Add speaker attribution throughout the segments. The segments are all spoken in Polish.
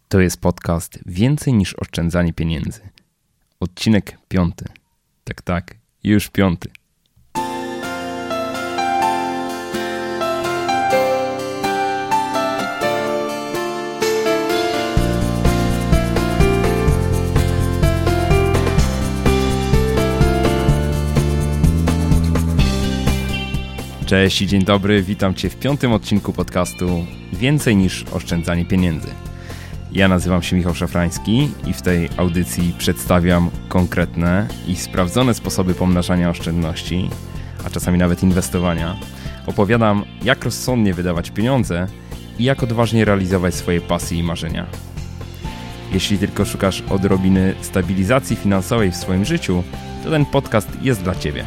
Speaker 1: To jest podcast Więcej niż oszczędzanie pieniędzy. Odcinek 5. Tak, już 5. Cześć i dzień dobry, witam Cię w 5. odcinku podcastu Więcej niż oszczędzanie pieniędzy. Ja nazywam się Michał Szafrański i w tej audycji przedstawiam konkretne i sprawdzone sposoby pomnażania oszczędności, a czasami nawet inwestowania. Opowiadam, jak rozsądnie wydawać pieniądze i jak odważnie realizować swoje pasje i marzenia. Jeśli tylko szukasz odrobiny stabilizacji finansowej w swoim życiu, to ten podcast jest dla Ciebie.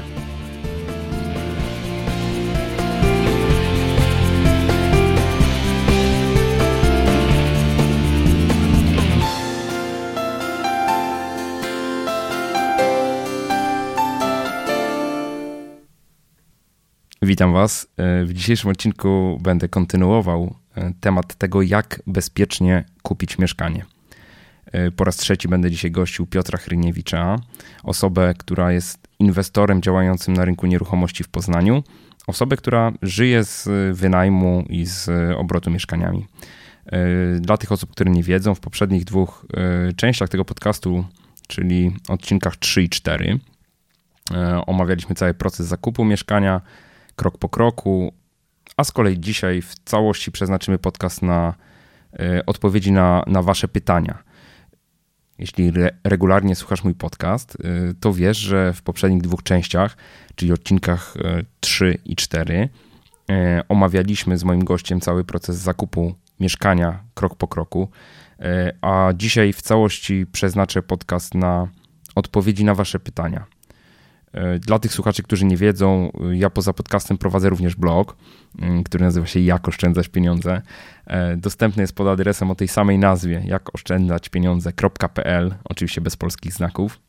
Speaker 1: Witam Was. W dzisiejszym odcinku będę kontynuował temat tego, jak bezpiecznie kupić mieszkanie. Po raz trzeci będę dzisiaj gościł Piotra Hryniewicza, osobę, która jest inwestorem działającym na rynku nieruchomości w Poznaniu, osobę, która żyje z wynajmu i z obrotu mieszkaniami. Dla tych osób, które nie wiedzą, w poprzednich 2 częściach tego podcastu, czyli odcinkach 3 i 4, omawialiśmy cały proces zakupu mieszkania, krok po kroku, a z kolei dzisiaj w całości przeznaczymy podcast na odpowiedzi na Wasze pytania. Jeśli regularnie słuchasz mój podcast, to wiesz, że w poprzednich 2 częściach, czyli odcinkach 3 i 4, omawialiśmy z moim gościem cały proces zakupu mieszkania krok po kroku, a dzisiaj w całości przeznaczę podcast na odpowiedzi na Wasze pytania. Dla tych słuchaczy, którzy nie wiedzą, ja poza podcastem prowadzę również blog, który nazywa się Jak oszczędzać pieniądze. Dostępny jest pod adresem o tej samej nazwie, jakoszczędzaćpieniądze.pl, oczywiście bez polskich znaków.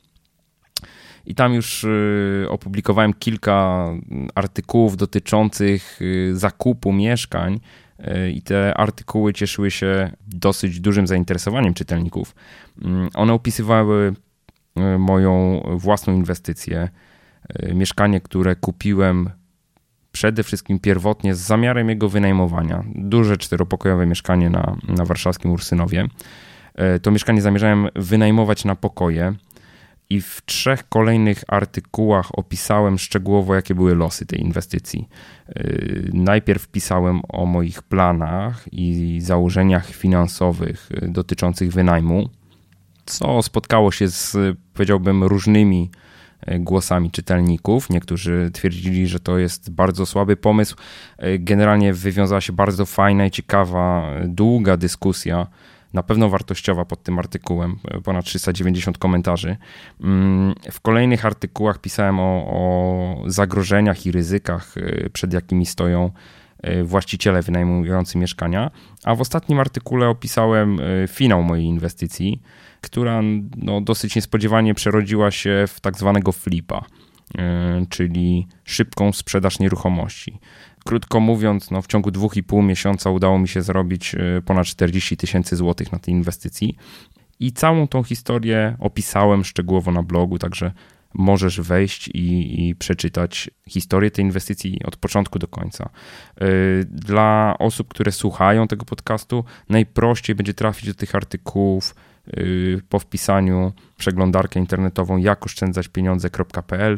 Speaker 1: I tam już opublikowałem kilka artykułów dotyczących zakupu mieszkań i te artykuły cieszyły się dosyć dużym zainteresowaniem czytelników. One opisywały moją własną inwestycję, mieszkanie, które kupiłem przede wszystkim pierwotnie z zamiarem jego wynajmowania. Duże 4-pokojowe mieszkanie na warszawskim Ursynowie. To mieszkanie zamierzałem wynajmować na pokoje i w 3 kolejnych artykułach opisałem szczegółowo, jakie były losy tej inwestycji. Najpierw pisałem o moich planach i założeniach finansowych dotyczących wynajmu, co spotkało się z, powiedziałbym, różnymi głosami czytelników. Niektórzy twierdzili, że to jest bardzo słaby pomysł. Generalnie wywiązała się bardzo fajna i ciekawa, długa dyskusja, na pewno wartościowa pod tym artykułem, ponad 390 komentarzy. W kolejnych artykułach pisałem o zagrożeniach i ryzykach, przed jakimi stoją właściciele wynajmujący mieszkania, a w ostatnim artykule opisałem finał mojej inwestycji, która dosyć niespodziewanie przerodziła się w tak zwanego flipa, czyli szybką sprzedaż nieruchomości. Krótko mówiąc, w ciągu 2,5 miesiąca udało mi się zarobić ponad 40 000 złotych na tej inwestycji i całą tą historię opisałem szczegółowo na blogu, także możesz wejść i przeczytać historię tej inwestycji od początku do końca. Dla osób, które słuchają tego podcastu, najprościej będzie trafić do tych artykułów po wpisaniu w przeglądarkę internetową jakoszczędzaćpieniądze.pl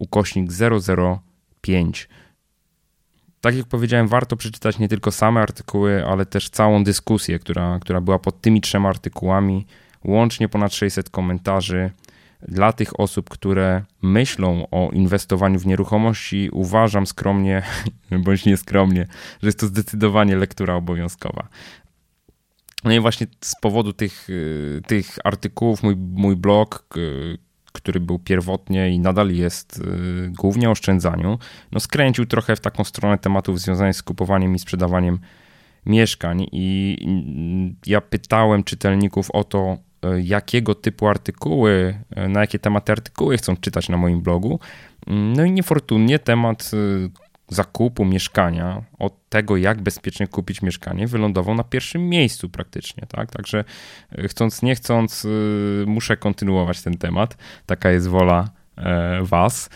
Speaker 1: /005. Tak jak powiedziałem, warto przeczytać nie tylko same artykuły, ale też całą dyskusję, która była pod tymi 3 artykułami. Łącznie ponad 600 komentarzy. Dla tych osób, które myślą o inwestowaniu w nieruchomości, uważam skromnie, bądź nieskromnie, że jest to zdecydowanie lektura obowiązkowa. No i właśnie z powodu tych artykułów mój blog, który był pierwotnie i nadal jest głównie o oszczędzaniu, skręcił trochę w taką stronę tematów związanych z kupowaniem i sprzedawaniem mieszkań i ja pytałem czytelników o to, jakiego typu artykuły, na jakie tematy artykuły chcą czytać na moim blogu. No i niefortunnie temat zakupu mieszkania, od tego, jak bezpiecznie kupić mieszkanie, wylądował na pierwszym miejscu praktycznie, tak? Także chcąc, nie chcąc, muszę kontynuować ten temat. Taka jest wola was.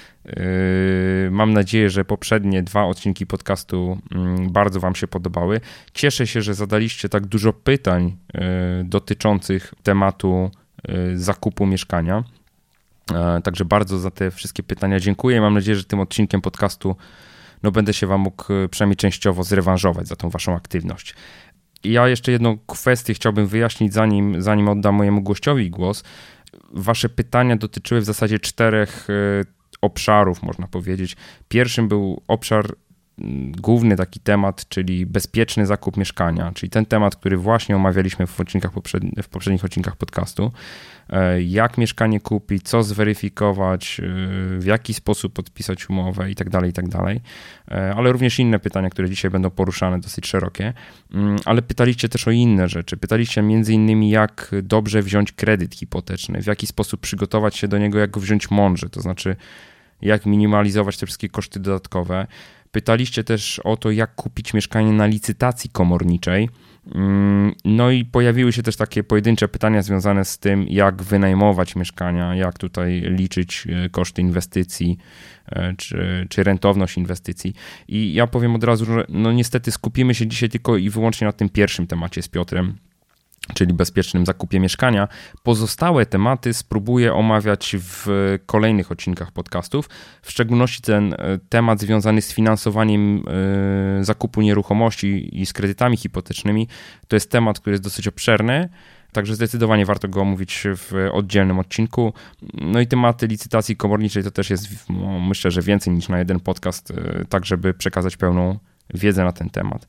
Speaker 1: Mam nadzieję, że poprzednie 2 odcinki podcastu bardzo wam się podobały. Cieszę się, że zadaliście tak dużo pytań dotyczących tematu zakupu mieszkania. Także bardzo za te wszystkie pytania dziękuję. Mam nadzieję, że tym odcinkiem podcastu będę się wam mógł przynajmniej częściowo zrewanżować za tą waszą aktywność. I ja jeszcze jedną kwestię chciałbym wyjaśnić, zanim oddam mojemu gościowi głos. Wasze pytania dotyczyły w zasadzie 4 obszarów, można powiedzieć. Pierwszym był obszar, główny taki temat, czyli bezpieczny zakup mieszkania, czyli ten temat, który właśnie omawialiśmy w poprzednich odcinkach podcastu. Jak mieszkanie kupić, co zweryfikować, w jaki sposób podpisać umowę i tak dalej, ale również inne pytania, które dzisiaj będą poruszane, dosyć szerokie, ale pytaliście też o inne rzeczy. Pytaliście między innymi, jak dobrze wziąć kredyt hipoteczny, w jaki sposób przygotować się do niego, jak go wziąć mądrze, to znaczy jak minimalizować te wszystkie koszty dodatkowe. Pytaliście też o to, jak kupić mieszkanie na licytacji komorniczej. No i pojawiły się też takie pojedyncze pytania związane z tym, jak wynajmować mieszkania, jak tutaj liczyć koszty inwestycji, czy rentowność inwestycji. I ja powiem od razu, że niestety skupimy się dzisiaj tylko i wyłącznie na tym pierwszym temacie z Piotrem, czyli bezpiecznym zakupie mieszkania. Pozostałe tematy spróbuję omawiać w kolejnych odcinkach podcastów, w szczególności ten temat związany z finansowaniem zakupu nieruchomości i z kredytami hipotecznymi. To jest temat, który jest dosyć obszerny, także zdecydowanie warto go omówić w oddzielnym odcinku. No i tematy licytacji komorniczej to też jest, myślę, że więcej niż na jeden podcast, tak żeby przekazać pełną wiedzę na ten temat.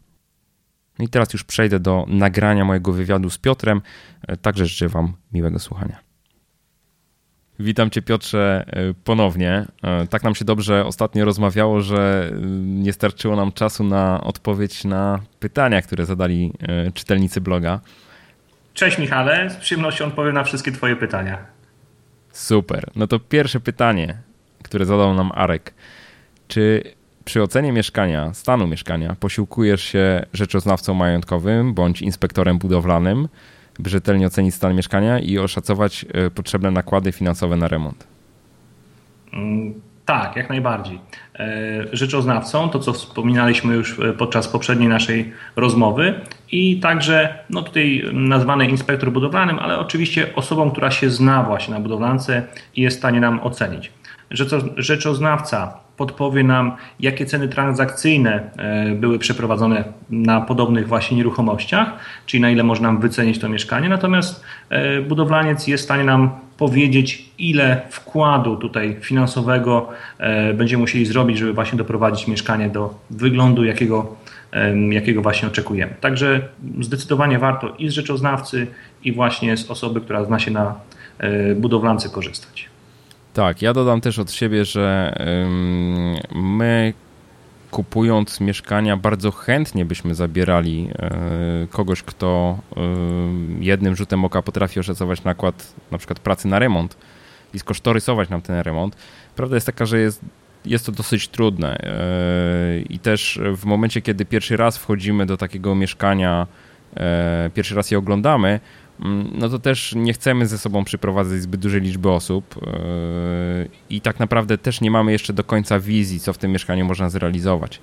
Speaker 1: I teraz już przejdę do nagrania mojego wywiadu z Piotrem, także życzę wam miłego słuchania. Witam cię, Piotrze, ponownie. Tak nam się dobrze ostatnio rozmawiało, że nie starczyło nam czasu na odpowiedź na pytania, które zadali czytelnicy bloga.
Speaker 2: Cześć Michale, z przyjemnością odpowiem na wszystkie twoje pytania.
Speaker 1: Super. No to pierwsze pytanie, które zadał nam Arek. Czy przy ocenie mieszkania, stanu mieszkania, posiłkujesz się rzeczoznawcą majątkowym bądź inspektorem budowlanym, by rzetelnie ocenić stan mieszkania i oszacować potrzebne nakłady finansowe na remont?
Speaker 2: Tak, jak najbardziej. Rzeczoznawcą, to co wspominaliśmy już podczas poprzedniej naszej rozmowy, i także tutaj nazwany inspektor budowlanym, ale oczywiście osobą, która się zna właśnie na budowlance i jest w stanie nam ocenić. Rzeczoznawca podpowie nam, jakie ceny transakcyjne były przeprowadzone na podobnych właśnie nieruchomościach, czyli na ile można wycenić to mieszkanie. Natomiast budowlaniec jest w stanie nam powiedzieć, ile wkładu tutaj finansowego będziemy musieli zrobić, żeby właśnie doprowadzić mieszkanie do wyglądu, jakiego właśnie oczekujemy. Także zdecydowanie warto i z rzeczoznawcy, i właśnie z osoby, która zna się na budowlance, korzystać.
Speaker 1: Tak, ja dodam też od siebie, że my kupując mieszkania bardzo chętnie byśmy zabierali kogoś, kto jednym rzutem oka potrafi oszacować nakład na przykład pracy na remont i skosztorysować nam ten remont. Prawda jest taka, że jest to dosyć trudne i też w momencie, kiedy pierwszy raz wchodzimy do takiego mieszkania, pierwszy raz je oglądamy, no to też nie chcemy ze sobą przyprowadzać zbyt dużej liczby osób i tak naprawdę też nie mamy jeszcze do końca wizji, co w tym mieszkaniu można zrealizować.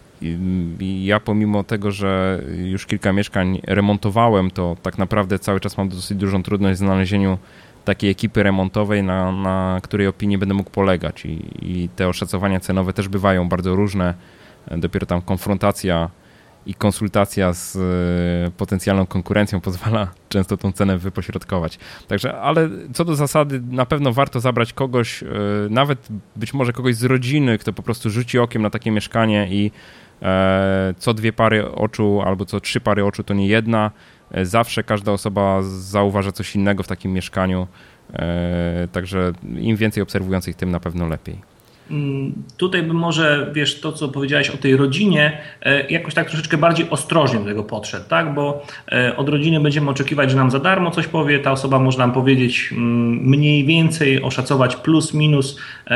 Speaker 1: I ja pomimo tego, że już kilka mieszkań remontowałem, to tak naprawdę cały czas mam dosyć dużą trudność w znalezieniu takiej ekipy remontowej, na której opinii będę mógł polegać i te oszacowania cenowe też bywają bardzo różne. Dopiero tam konfrontacja i konsultacja z potencjalną konkurencją pozwala często tą cenę wypośrodkować. Także, ale co do zasady, na pewno warto zabrać kogoś, nawet być może kogoś z rodziny, kto po prostu rzuci okiem na takie mieszkanie i co 2 pary oczu albo co 3 pary oczu to nie jedna. Zawsze każda osoba zauważa coś innego w takim mieszkaniu, także im więcej obserwujących, tym na pewno lepiej.
Speaker 2: Tutaj bym może, wiesz, to co powiedziałeś o tej rodzinie, jakoś tak troszeczkę bardziej ostrożnie do tego podszedł, tak? Bo od rodziny będziemy oczekiwać, że nam za darmo coś powie, ta osoba może nam powiedzieć mniej więcej, oszacować plus minus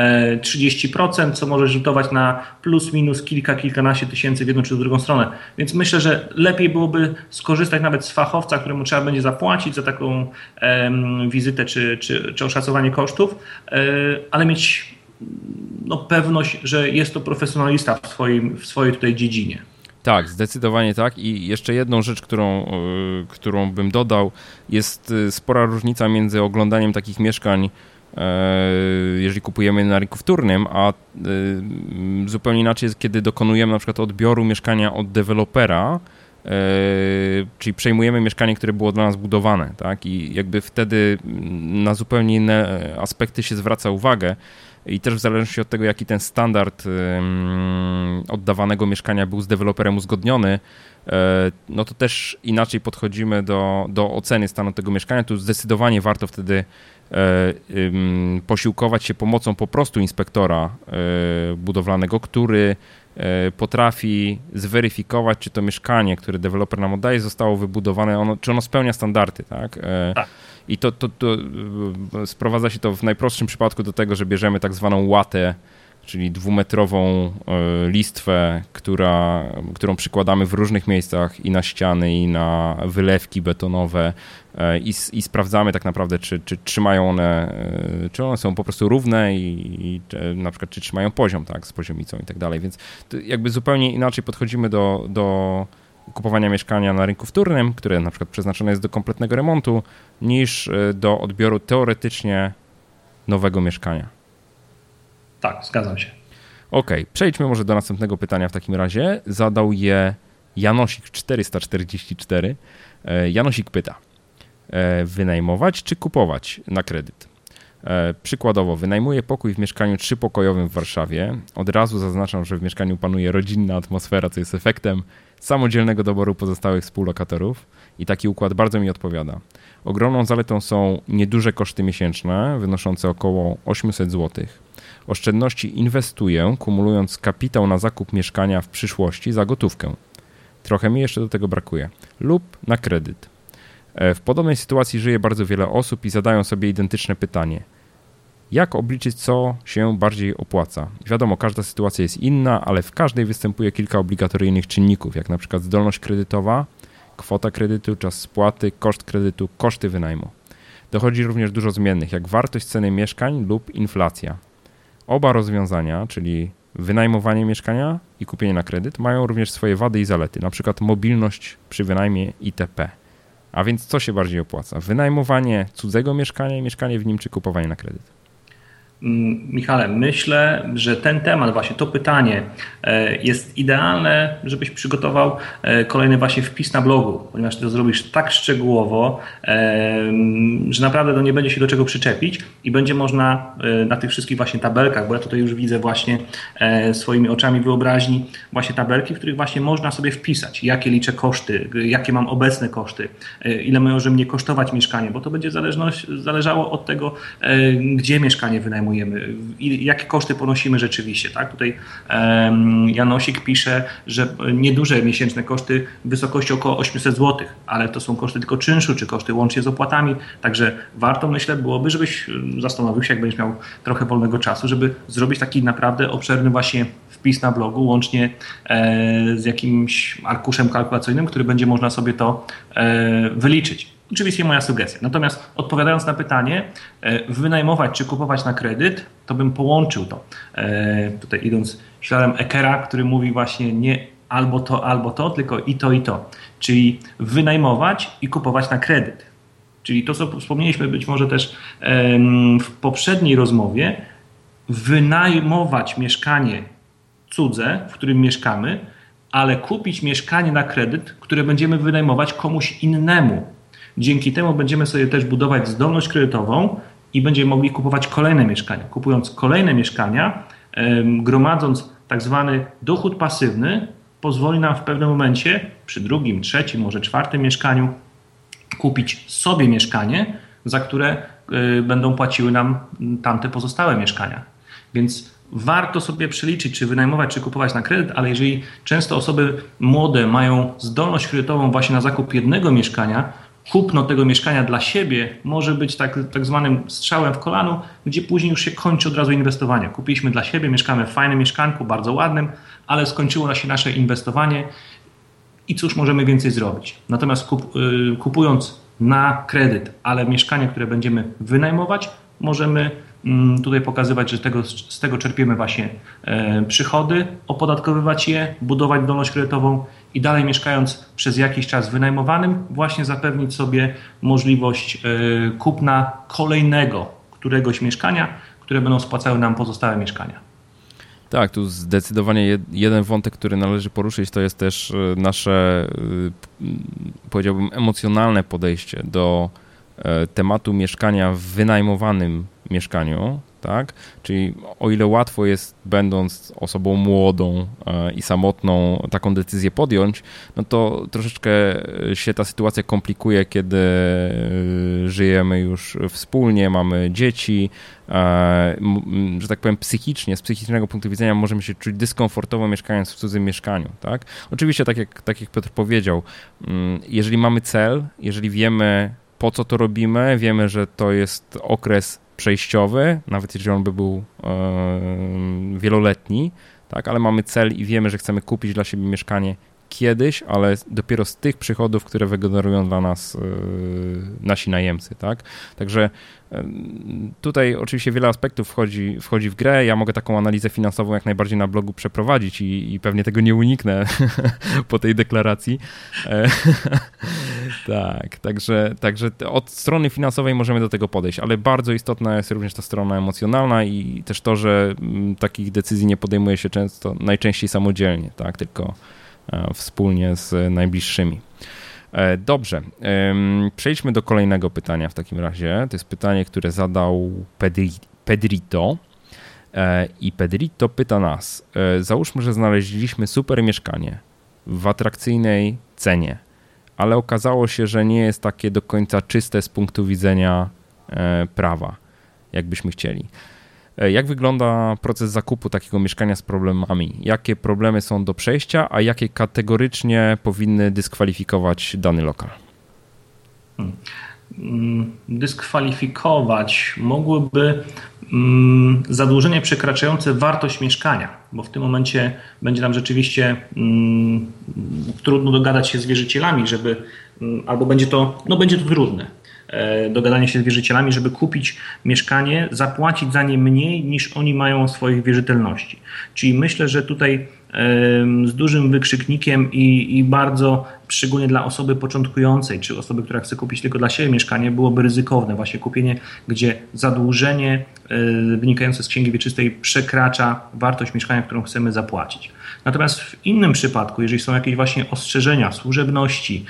Speaker 2: 30%, co może rzutować na plus minus kilkanaście tysięcy w jedną czy w drugą stronę. Więc myślę, że lepiej byłoby skorzystać nawet z fachowca, któremu trzeba będzie zapłacić za taką wizytę czy oszacowanie kosztów, ale mieć pewność, że jest to profesjonalista w swojej tutaj dziedzinie.
Speaker 1: Tak, zdecydowanie tak. I jeszcze jedną rzecz, którą bym dodał, jest spora różnica między oglądaniem takich mieszkań, jeżeli kupujemy na rynku wtórnym, a zupełnie inaczej jest, kiedy dokonujemy na przykład odbioru mieszkania od dewelopera, czyli przejmujemy mieszkanie, które było dla nas budowane, tak? I jakby wtedy na zupełnie inne aspekty się zwraca uwagę. I też w zależności od tego, jaki ten standard oddawanego mieszkania był z deweloperem uzgodniony, no to też inaczej podchodzimy do oceny stanu tego mieszkania. Tu zdecydowanie warto wtedy posiłkować się pomocą po prostu inspektora budowlanego, który potrafi zweryfikować, czy to mieszkanie, które deweloper nam oddaje, zostało wybudowane, czy ono spełnia standardy, tak? Tak. I to sprowadza się to w najprostszym przypadku do tego, że bierzemy tak zwaną łatę, czyli 2-metrową listwę, którą przykładamy w różnych miejscach i na ściany, i na wylewki betonowe i sprawdzamy tak naprawdę, czy trzymają one, czy one są po prostu równe i na przykład czy trzymają poziom, tak, z poziomicą i tak dalej. Więc jakby zupełnie inaczej podchodzimy do kupowania mieszkania na rynku wtórnym, które na przykład przeznaczone jest do kompletnego remontu, niż do odbioru teoretycznie nowego mieszkania.
Speaker 2: Tak, zgadzam się.
Speaker 1: Okej, przejdźmy może do następnego pytania w takim razie. Zadał je Janosik 444. Janosik pyta, wynajmować czy kupować na kredyt? Przykładowo, wynajmuję pokój w mieszkaniu 3-pokojowym w Warszawie. Od razu zaznaczam, że w mieszkaniu panuje rodzinna atmosfera, co jest efektem samodzielnego doboru pozostałych współlokatorów i taki układ bardzo mi odpowiada. Ogromną zaletą są nieduże koszty miesięczne, wynoszące około 800 zł. Oszczędności inwestuję, kumulując kapitał na zakup mieszkania w przyszłości za gotówkę. Trochę mi jeszcze do tego brakuje. Lub na kredyt. W podobnej sytuacji żyje bardzo wiele osób i zadają sobie identyczne pytanie. Jak obliczyć, co się bardziej opłaca? Wiadomo, każda sytuacja jest inna, ale w każdej występuje kilka obligatoryjnych czynników, jak na przykład zdolność kredytowa, kwota kredytu, czas spłaty, koszt kredytu, koszty wynajmu. Dochodzi również dużo zmiennych, jak wartość ceny mieszkań lub inflacja. Oba rozwiązania, czyli wynajmowanie mieszkania i kupienie na kredyt, mają również swoje wady i zalety, na przykład mobilność przy wynajmie itp. A więc co się bardziej opłaca? Wynajmowanie cudzego mieszkania i mieszkanie w nim, czy kupowanie na kredyt?
Speaker 2: Michale, myślę, że ten temat, właśnie to pytanie jest idealne, żebyś przygotował kolejny właśnie wpis na blogu, ponieważ ty to zrobisz tak szczegółowo, że naprawdę nie będzie się do czego przyczepić i będzie można na tych wszystkich właśnie tabelkach, bo ja tutaj już widzę właśnie swoimi oczami wyobraźni właśnie tabelki, w których właśnie można sobie wpisać, jakie liczę koszty, jakie mam obecne koszty, ile może mnie kosztować mieszkanie, bo to będzie zależało od tego, gdzie mieszkanie wynajmujemy, jakie koszty ponosimy rzeczywiście. Tak? Tutaj Janosik pisze, że nieduże miesięczne koszty w wysokości około 800 zł, ale to są koszty tylko czynszu, czy koszty łącznie z opłatami, także warto, myślę, byłoby, żebyś zastanowił się, jak będziesz miał trochę wolnego czasu, żeby zrobić taki naprawdę obszerny właśnie wpis na blogu, łącznie z jakimś arkuszem kalkulacyjnym, który będzie można sobie to wyliczyć. Oczywiście moja sugestia. Natomiast odpowiadając na pytanie, wynajmować czy kupować na kredyt, to bym połączył to. Tutaj idąc śladem Ekera, który mówi właśnie nie albo to, tylko i to, i to. Czyli wynajmować i kupować na kredyt. Czyli to, co wspomnieliśmy być może też w poprzedniej rozmowie, wynajmować mieszkanie cudze, w którym mieszkamy, ale kupić mieszkanie na kredyt, które będziemy wynajmować komuś innemu. Dzięki temu będziemy sobie też budować zdolność kredytową i będziemy mogli kupować kolejne mieszkania. Kupując kolejne mieszkania, gromadząc tak zwany dochód pasywny, pozwoli nam w pewnym momencie przy drugim, trzecim, może czwartym mieszkaniu kupić sobie mieszkanie, za które będą płaciły nam tamte pozostałe mieszkania. Więc warto sobie przeliczyć, czy wynajmować, czy kupować na kredyt, ale jeżeli często osoby młode mają zdolność kredytową właśnie na zakup jednego mieszkania, kupno tego mieszkania dla siebie może być tak zwanym strzałem w kolano, gdzie później już się kończy od razu inwestowanie. Kupiliśmy dla siebie, mieszkamy w fajnym mieszkanku, bardzo ładnym, ale skończyło się nasze inwestowanie i cóż możemy więcej zrobić. Natomiast kupując na kredyt, ale mieszkanie, które będziemy wynajmować, możemy tutaj pokazywać, że z tego czerpiemy właśnie przychody, opodatkowywać je, budować zdolność kredytową i dalej mieszkając przez jakiś czas wynajmowanym, właśnie zapewnić sobie możliwość kupna kolejnego któregoś mieszkania, które będą spłacały nam pozostałe mieszkania.
Speaker 1: Tak, tu zdecydowanie jeden wątek, który należy poruszyć, to jest też nasze, powiedziałbym, emocjonalne podejście do tematu mieszkania w wynajmowanym mieszkaniu, tak? Czyli o ile łatwo jest, będąc osobą młodą i samotną, taką decyzję podjąć, no to troszeczkę się ta sytuacja komplikuje, kiedy żyjemy już wspólnie, mamy dzieci, że tak powiem psychicznie, z psychicznego punktu widzenia możemy się czuć dyskomfortowo mieszkając w cudzym mieszkaniu, tak? Oczywiście, tak jak Piotr powiedział, jeżeli mamy cel, jeżeli wiemy, po co to robimy, wiemy, że to jest okres przejściowy, nawet jeżeli on by był wieloletni, tak, ale mamy cel i wiemy, że chcemy kupić dla siebie mieszkanie kiedyś, ale dopiero z tych przychodów, które wygenerują dla nas nasi najemcy, tak? Także tutaj oczywiście wiele aspektów wchodzi w grę. Ja mogę taką analizę finansową jak najbardziej na blogu przeprowadzić i pewnie tego nie uniknę po tej deklaracji. Tak, także od strony finansowej możemy do tego podejść, ale bardzo istotna jest również ta strona emocjonalna i też to, że takich decyzji nie podejmuje się najczęściej samodzielnie, tak, tylko wspólnie z najbliższymi. Dobrze, przejdźmy do kolejnego pytania w takim razie. To jest pytanie, które zadał Pedrito i Pedrito pyta nas, załóżmy, że znaleźliśmy super mieszkanie w atrakcyjnej cenie, ale okazało się, że nie jest takie do końca czyste z punktu widzenia prawa, jak byśmy chcieli. Jak wygląda proces zakupu takiego mieszkania z problemami? Jakie problemy są do przejścia, a jakie kategorycznie powinny dyskwalifikować dany lokal?
Speaker 2: Dyskwalifikować mogłyby zadłużenie przekraczające wartość mieszkania, bo w tym momencie będzie nam rzeczywiście trudno dogadać się z wierzycielami, albo będzie to trudne. Dogadanie się z wierzycielami, żeby kupić mieszkanie, zapłacić za nie mniej niż oni mają swoich wierzytelności. Czyli myślę, że tutaj z dużym wykrzyknikiem i bardzo szczególnie dla osoby początkującej, czy osoby, która chce kupić tylko dla siebie mieszkanie, byłoby ryzykowne właśnie kupienie, gdzie zadłużenie wynikające z księgi wieczystej przekracza wartość mieszkania, którą chcemy zapłacić. Natomiast w innym przypadku, jeżeli są jakieś właśnie ostrzeżenia, służebności,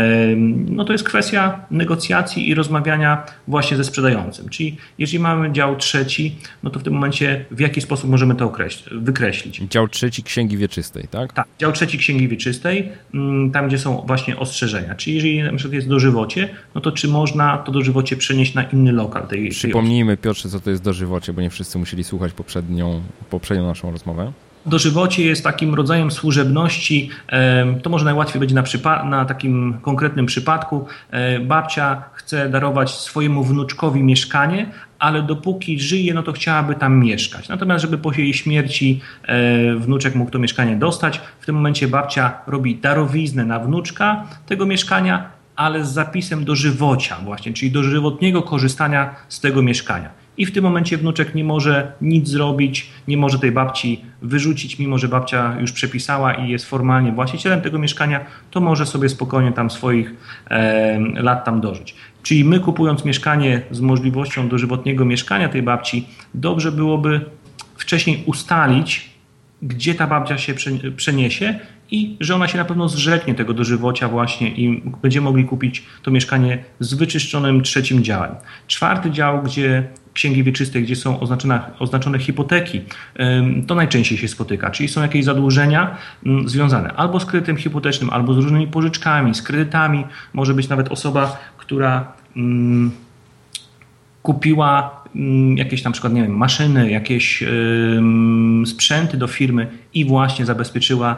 Speaker 2: no to jest kwestia negocjacji i rozmawiania właśnie ze sprzedającym. Czyli jeżeli mamy dział trzeci, no to w tym momencie w jaki sposób możemy to wykreślić?
Speaker 1: Dział trzeci księgi wieczystej, tak?
Speaker 2: Tak, dział trzeci księgi wieczystej, tam gdzie są właśnie ostrzeżenia. Czyli jeżeli na przykład jest dożywocie, no to czy można to dożywocie przenieść na inny lokal tej
Speaker 1: Przypomnijmy, Piotrze, co to jest dożywocie, bo nie wszyscy musieli słuchać poprzednią naszą rozmowę.
Speaker 2: Dożywocie jest takim rodzajem służebności, to może najłatwiej będzie na takim konkretnym przypadku. Babcia chce darować swojemu wnuczkowi mieszkanie, ale dopóki żyje, no to chciałaby tam mieszkać. Natomiast żeby po jej śmierci wnuczek mógł to mieszkanie dostać, w tym momencie babcia robi darowiznę na wnuczka tego mieszkania, ale z zapisem dożywocia właśnie, czyli dożywotniego korzystania z tego mieszkania. I w tym momencie wnuczek nie może nic zrobić, nie może tej babci wyrzucić, mimo że babcia już przepisała i jest formalnie właścicielem tego mieszkania, to może sobie spokojnie tam swoich lat tam dożyć. Czyli my kupując mieszkanie z możliwością dożywotniego mieszkania tej babci, dobrze byłoby wcześniej ustalić, gdzie ta babcia się przeniesie i że ona się na pewno zrzeknie tego dożywocia właśnie i będziemy mogli kupić to mieszkanie z wyczyszczonym trzecim działem. Czwarty dział, gdzie księgi wieczystej, gdzie są oznaczone hipoteki, to najczęściej się spotyka, czyli są jakieś zadłużenia związane albo z kredytem hipotecznym, albo z różnymi pożyczkami, z kredytami. Może być nawet osoba, która kupiła jakieś na przykład, nie wiem, maszyny, jakieś sprzęty do firmy i właśnie zabezpieczyła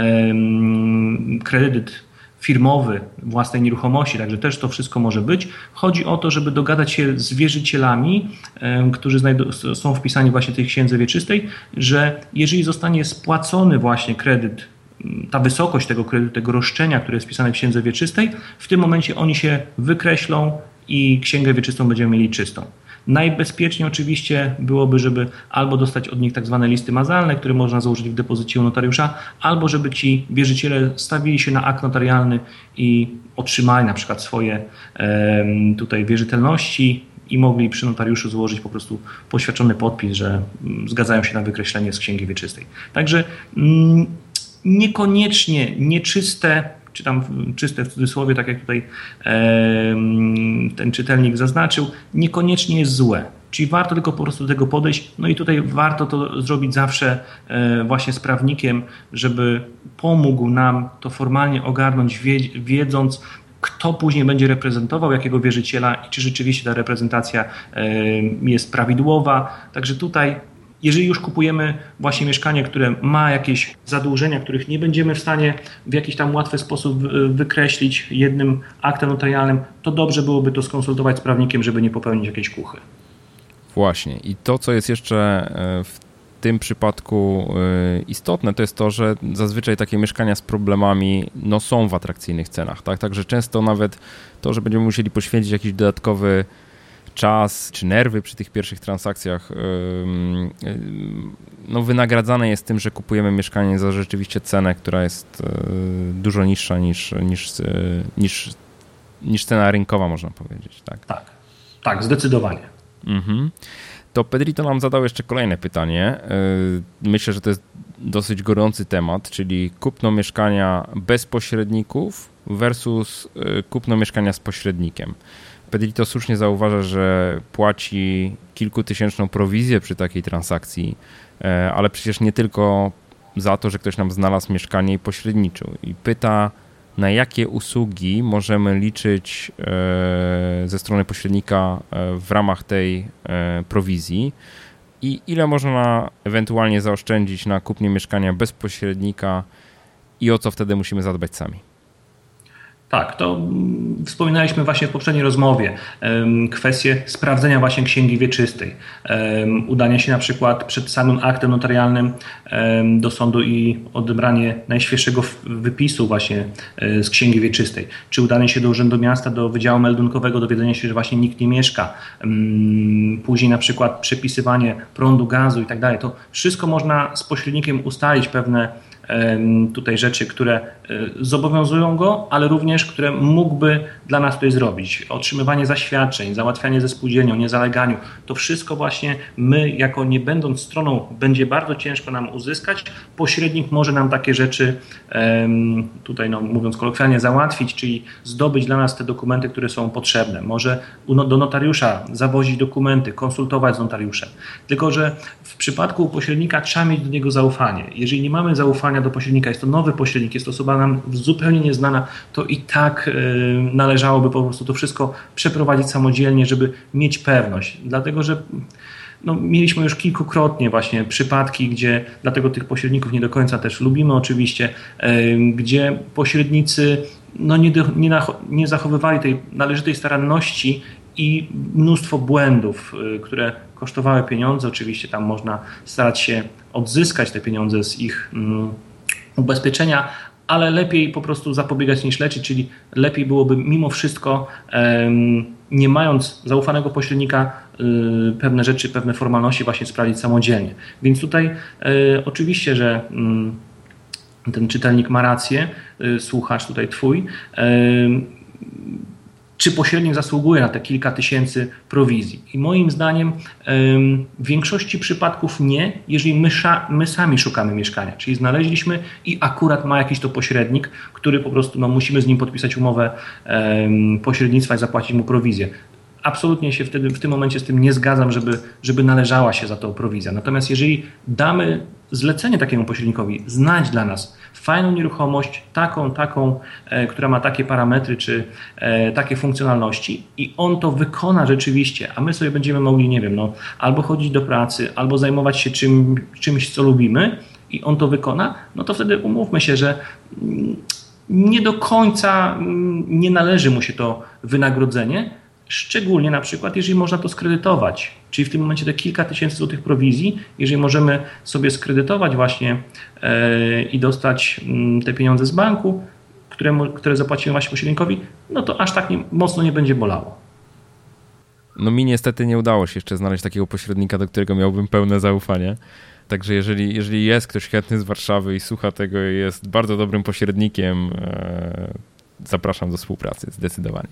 Speaker 2: kredyt firmowy własnej nieruchomości, także też to wszystko może być. Chodzi o to, żeby dogadać się z wierzycielami, którzy są wpisani właśnie w tej księdze wieczystej, że jeżeli zostanie spłacony właśnie kredyt, ta wysokość tego kredytu, tego roszczenia, które jest wpisane w księdze wieczystej, w tym momencie oni się wykreślą i księgę wieczystą będziemy mieli czystą. Najbezpieczniej oczywiście byłoby, żeby albo dostać od nich tak zwane listy mazalne, które można założyć w depozycie u notariusza, albo żeby ci wierzyciele stawili się na akt notarialny i otrzymali na przykład swoje tutaj wierzytelności i mogli przy notariuszu złożyć po prostu poświadczony podpis, że zgadzają się na wykreślenie z księgi wieczystej. Także niekoniecznie nieczyste, czy tam czyste w cudzysłowie, tak jak tutaj ten czytelnik zaznaczył, niekoniecznie jest złe. Czyli warto tylko po prostu do tego podejść. No i tutaj warto to zrobić zawsze właśnie z prawnikiem, żeby pomógł nam to formalnie ogarnąć, wiedząc, kto później będzie reprezentował jakiego wierzyciela i czy rzeczywiście ta reprezentacja jest prawidłowa. Także tutaj, jeżeli już kupujemy właśnie mieszkanie, które ma jakieś zadłużenia, których nie będziemy w stanie w jakiś tam łatwy sposób wykreślić jednym aktem notarialnym, to dobrze byłoby to skonsultować z prawnikiem, żeby nie popełnić jakiejś kuchy.
Speaker 1: Właśnie. I to, co jest jeszcze w tym przypadku istotne, to jest to, że zazwyczaj takie mieszkania z problemami są w atrakcyjnych cenach. Tak? Także często nawet to, że będziemy musieli poświęcić jakiś dodatkowy czas czy nerwy przy tych pierwszych transakcjach wynagradzane jest tym, że kupujemy mieszkanie za rzeczywiście cenę, która jest dużo niższa niż cena rynkowa, można powiedzieć.
Speaker 2: Tak, zdecydowanie.
Speaker 1: To Pedrito nam zadał jeszcze kolejne pytanie. Myślę, że to jest dosyć gorący temat, czyli kupno mieszkania bez pośredników versus kupno mieszkania z pośrednikiem. Pedrito słusznie zauważa, że płaci kilkutysięczną prowizję przy takiej transakcji, ale przecież nie tylko za to, że ktoś nam znalazł mieszkanie i pośredniczył. I pyta, na jakie usługi możemy liczyć ze strony pośrednika w ramach tej prowizji i ile można ewentualnie zaoszczędzić na kupnie mieszkania bez pośrednika i o co wtedy musimy zadbać sami.
Speaker 2: Tak, to wspominaliśmy właśnie w poprzedniej rozmowie kwestię sprawdzenia właśnie księgi wieczystej, udania się na przykład przed samym aktem notarialnym do sądu i odebranie najświeższego wypisu właśnie z księgi wieczystej, czy udanie się do Urzędu Miasta, do Wydziału Meldunkowego, dowiedzenie się, że właśnie nikt nie mieszka, później na przykład przepisywanie prądu, gazu i tak dalej. To wszystko można z pośrednikiem ustalić pewne tutaj rzeczy, które zobowiązują go, ale również które mógłby dla nas tutaj zrobić. Otrzymywanie zaświadczeń, załatwianie ze spółdzielnią, niezaleganiu. To wszystko właśnie my, jako nie będąc stroną, będzie bardzo ciężko nam uzyskać. Pośrednik może nam takie rzeczy tutaj mówiąc kolokwialnie załatwić, czyli zdobyć dla nas te dokumenty, które są potrzebne. Może do notariusza zawozić dokumenty, konsultować z notariuszem. Tylko że w przypadku pośrednika trzeba mieć do niego zaufanie. Jeżeli nie mamy zaufania do pośrednika, jest to nowy pośrednik, jest to osoba nam zupełnie nieznana, to i tak należałoby po prostu to wszystko przeprowadzić samodzielnie, żeby mieć pewność. Dlatego, że mieliśmy już kilkukrotnie właśnie przypadki, gdzie dlatego tych pośredników nie do końca też lubimy oczywiście, gdzie pośrednicy nie zachowywali tej należytej staranności i mnóstwo błędów, które kosztowały pieniądze. Oczywiście tam można starać się odzyskać te pieniądze z ich ubezpieczenia, ale lepiej po prostu zapobiegać niż leczyć, czyli lepiej byłoby mimo wszystko, nie mając zaufanego pośrednika, pewne rzeczy, pewne formalności właśnie sprawdzić samodzielnie. Więc tutaj oczywiście, że ten czytelnik ma rację, słuchacz tutaj twój, czy pośrednik zasługuje na te kilka tysięcy prowizji. I moim zdaniem w większości przypadków nie, jeżeli my sami szukamy mieszkania. Czyli znaleźliśmy i akurat ma jakiś to pośrednik, który po prostu musimy z nim podpisać umowę pośrednictwa i zapłacić mu prowizję. Absolutnie się wtedy w tym momencie z tym nie zgadzam, żeby należała się za to prowizja. Natomiast jeżeli damy zlecenie takiemu pośrednikowi znać dla nas fajną nieruchomość, taką, która ma takie parametry czy takie funkcjonalności i on to wykona rzeczywiście, a my sobie będziemy mogli, nie wiem, no, albo chodzić do pracy, albo zajmować się czymś, co lubimy i on to wykona, no to wtedy umówmy się, że nie do końca nie należy mu się to wynagrodzenie, szczególnie na przykład, jeżeli można to skredytować. Czyli w tym momencie te kilka tysięcy złotych prowizji, jeżeli możemy sobie skredytować właśnie i dostać te pieniądze z banku, które zapłacimy właśnie pośrednikowi, no to aż tak mocno nie będzie bolało.
Speaker 1: No mi niestety nie udało się jeszcze znaleźć takiego pośrednika, do którego miałbym pełne zaufanie. Także jeżeli jest ktoś chętny z Warszawy i słucha tego i jest bardzo dobrym pośrednikiem, zapraszam do współpracy, zdecydowanie.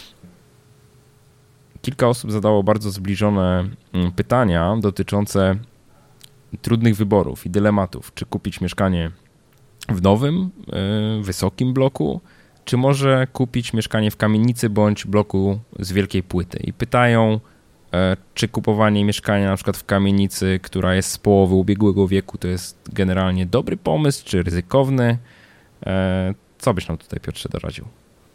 Speaker 1: Kilka osób zadało bardzo zbliżone pytania dotyczące trudnych wyborów i dylematów. Czy kupić mieszkanie w nowym, wysokim bloku, czy może kupić mieszkanie w kamienicy bądź bloku z wielkiej płyty. I pytają, czy kupowanie mieszkania na przykład w kamienicy, która jest z połowy ubiegłego wieku, to jest generalnie dobry pomysł, czy ryzykowny. Co byś nam tutaj, Piotrze, doradził?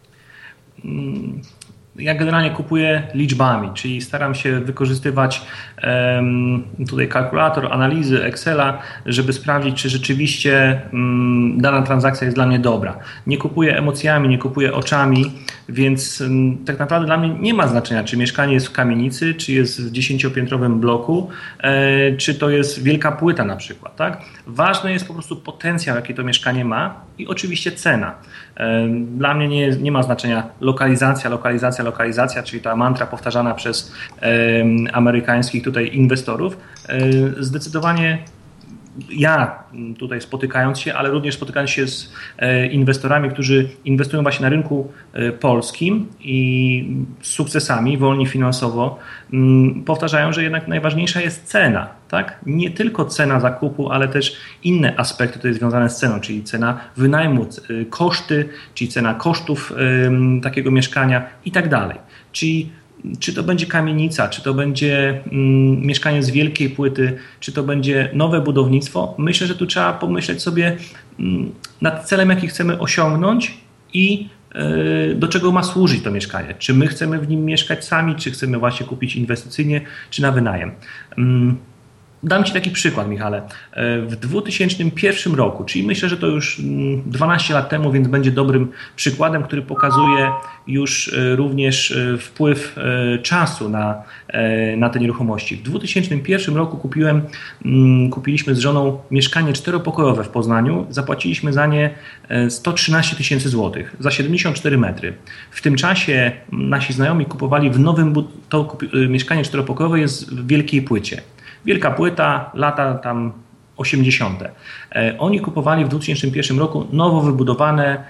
Speaker 2: Ja generalnie kupuję liczbami, czyli staram się wykorzystywać tutaj kalkulator, analizy, Excela, żeby sprawdzić, czy rzeczywiście dana transakcja jest dla mnie dobra. Nie kupuję emocjami, nie kupuję oczami, więc tak naprawdę dla mnie nie ma znaczenia, czy mieszkanie jest w kamienicy, czy jest w 10-piętrowym bloku, czy to jest wielka płyta na przykład. Tak? Ważny jest po prostu potencjał, jaki to mieszkanie ma i oczywiście cena. Dla mnie nie ma znaczenia lokalizacja, czyli ta mantra powtarzana przez amerykańskich tutaj inwestorów. Zdecydowanie ja tutaj spotykając się, ale również spotykając się z inwestorami, którzy inwestują właśnie na rynku polskim i z sukcesami, wolni finansowo, powtarzają, że jednak najważniejsza jest cena. Tak? Nie tylko cena zakupu, ale też inne aspekty tutaj związane z ceną, czyli cena wynajmu, koszty, czyli cena kosztów takiego mieszkania i tak dalej. Czyli czy to będzie kamienica, czy to będzie mieszkanie z wielkiej płyty, czy to będzie nowe budownictwo, myślę, że tu trzeba pomyśleć sobie nad celem, jaki chcemy osiągnąć i do czego ma służyć to mieszkanie. Czy my chcemy w nim mieszkać sami, czy chcemy właśnie kupić inwestycyjnie, czy na wynajem. Dam Ci taki przykład, Michale. W 2001 roku, czyli myślę, że to już 12 lat temu, więc będzie dobrym przykładem, który pokazuje już również wpływ czasu na te nieruchomości. W 2001 roku kupiliśmy z żoną mieszkanie 4-pokojowe w Poznaniu. Zapłaciliśmy za nie 113 tysięcy złotych za 74 metry. W tym czasie nasi znajomi kupowali mieszkanie 4-pokojowe jest w wielkiej płycie. Wielka płyta, lata tam 80. Oni kupowali w 2001 roku nowo wybudowane,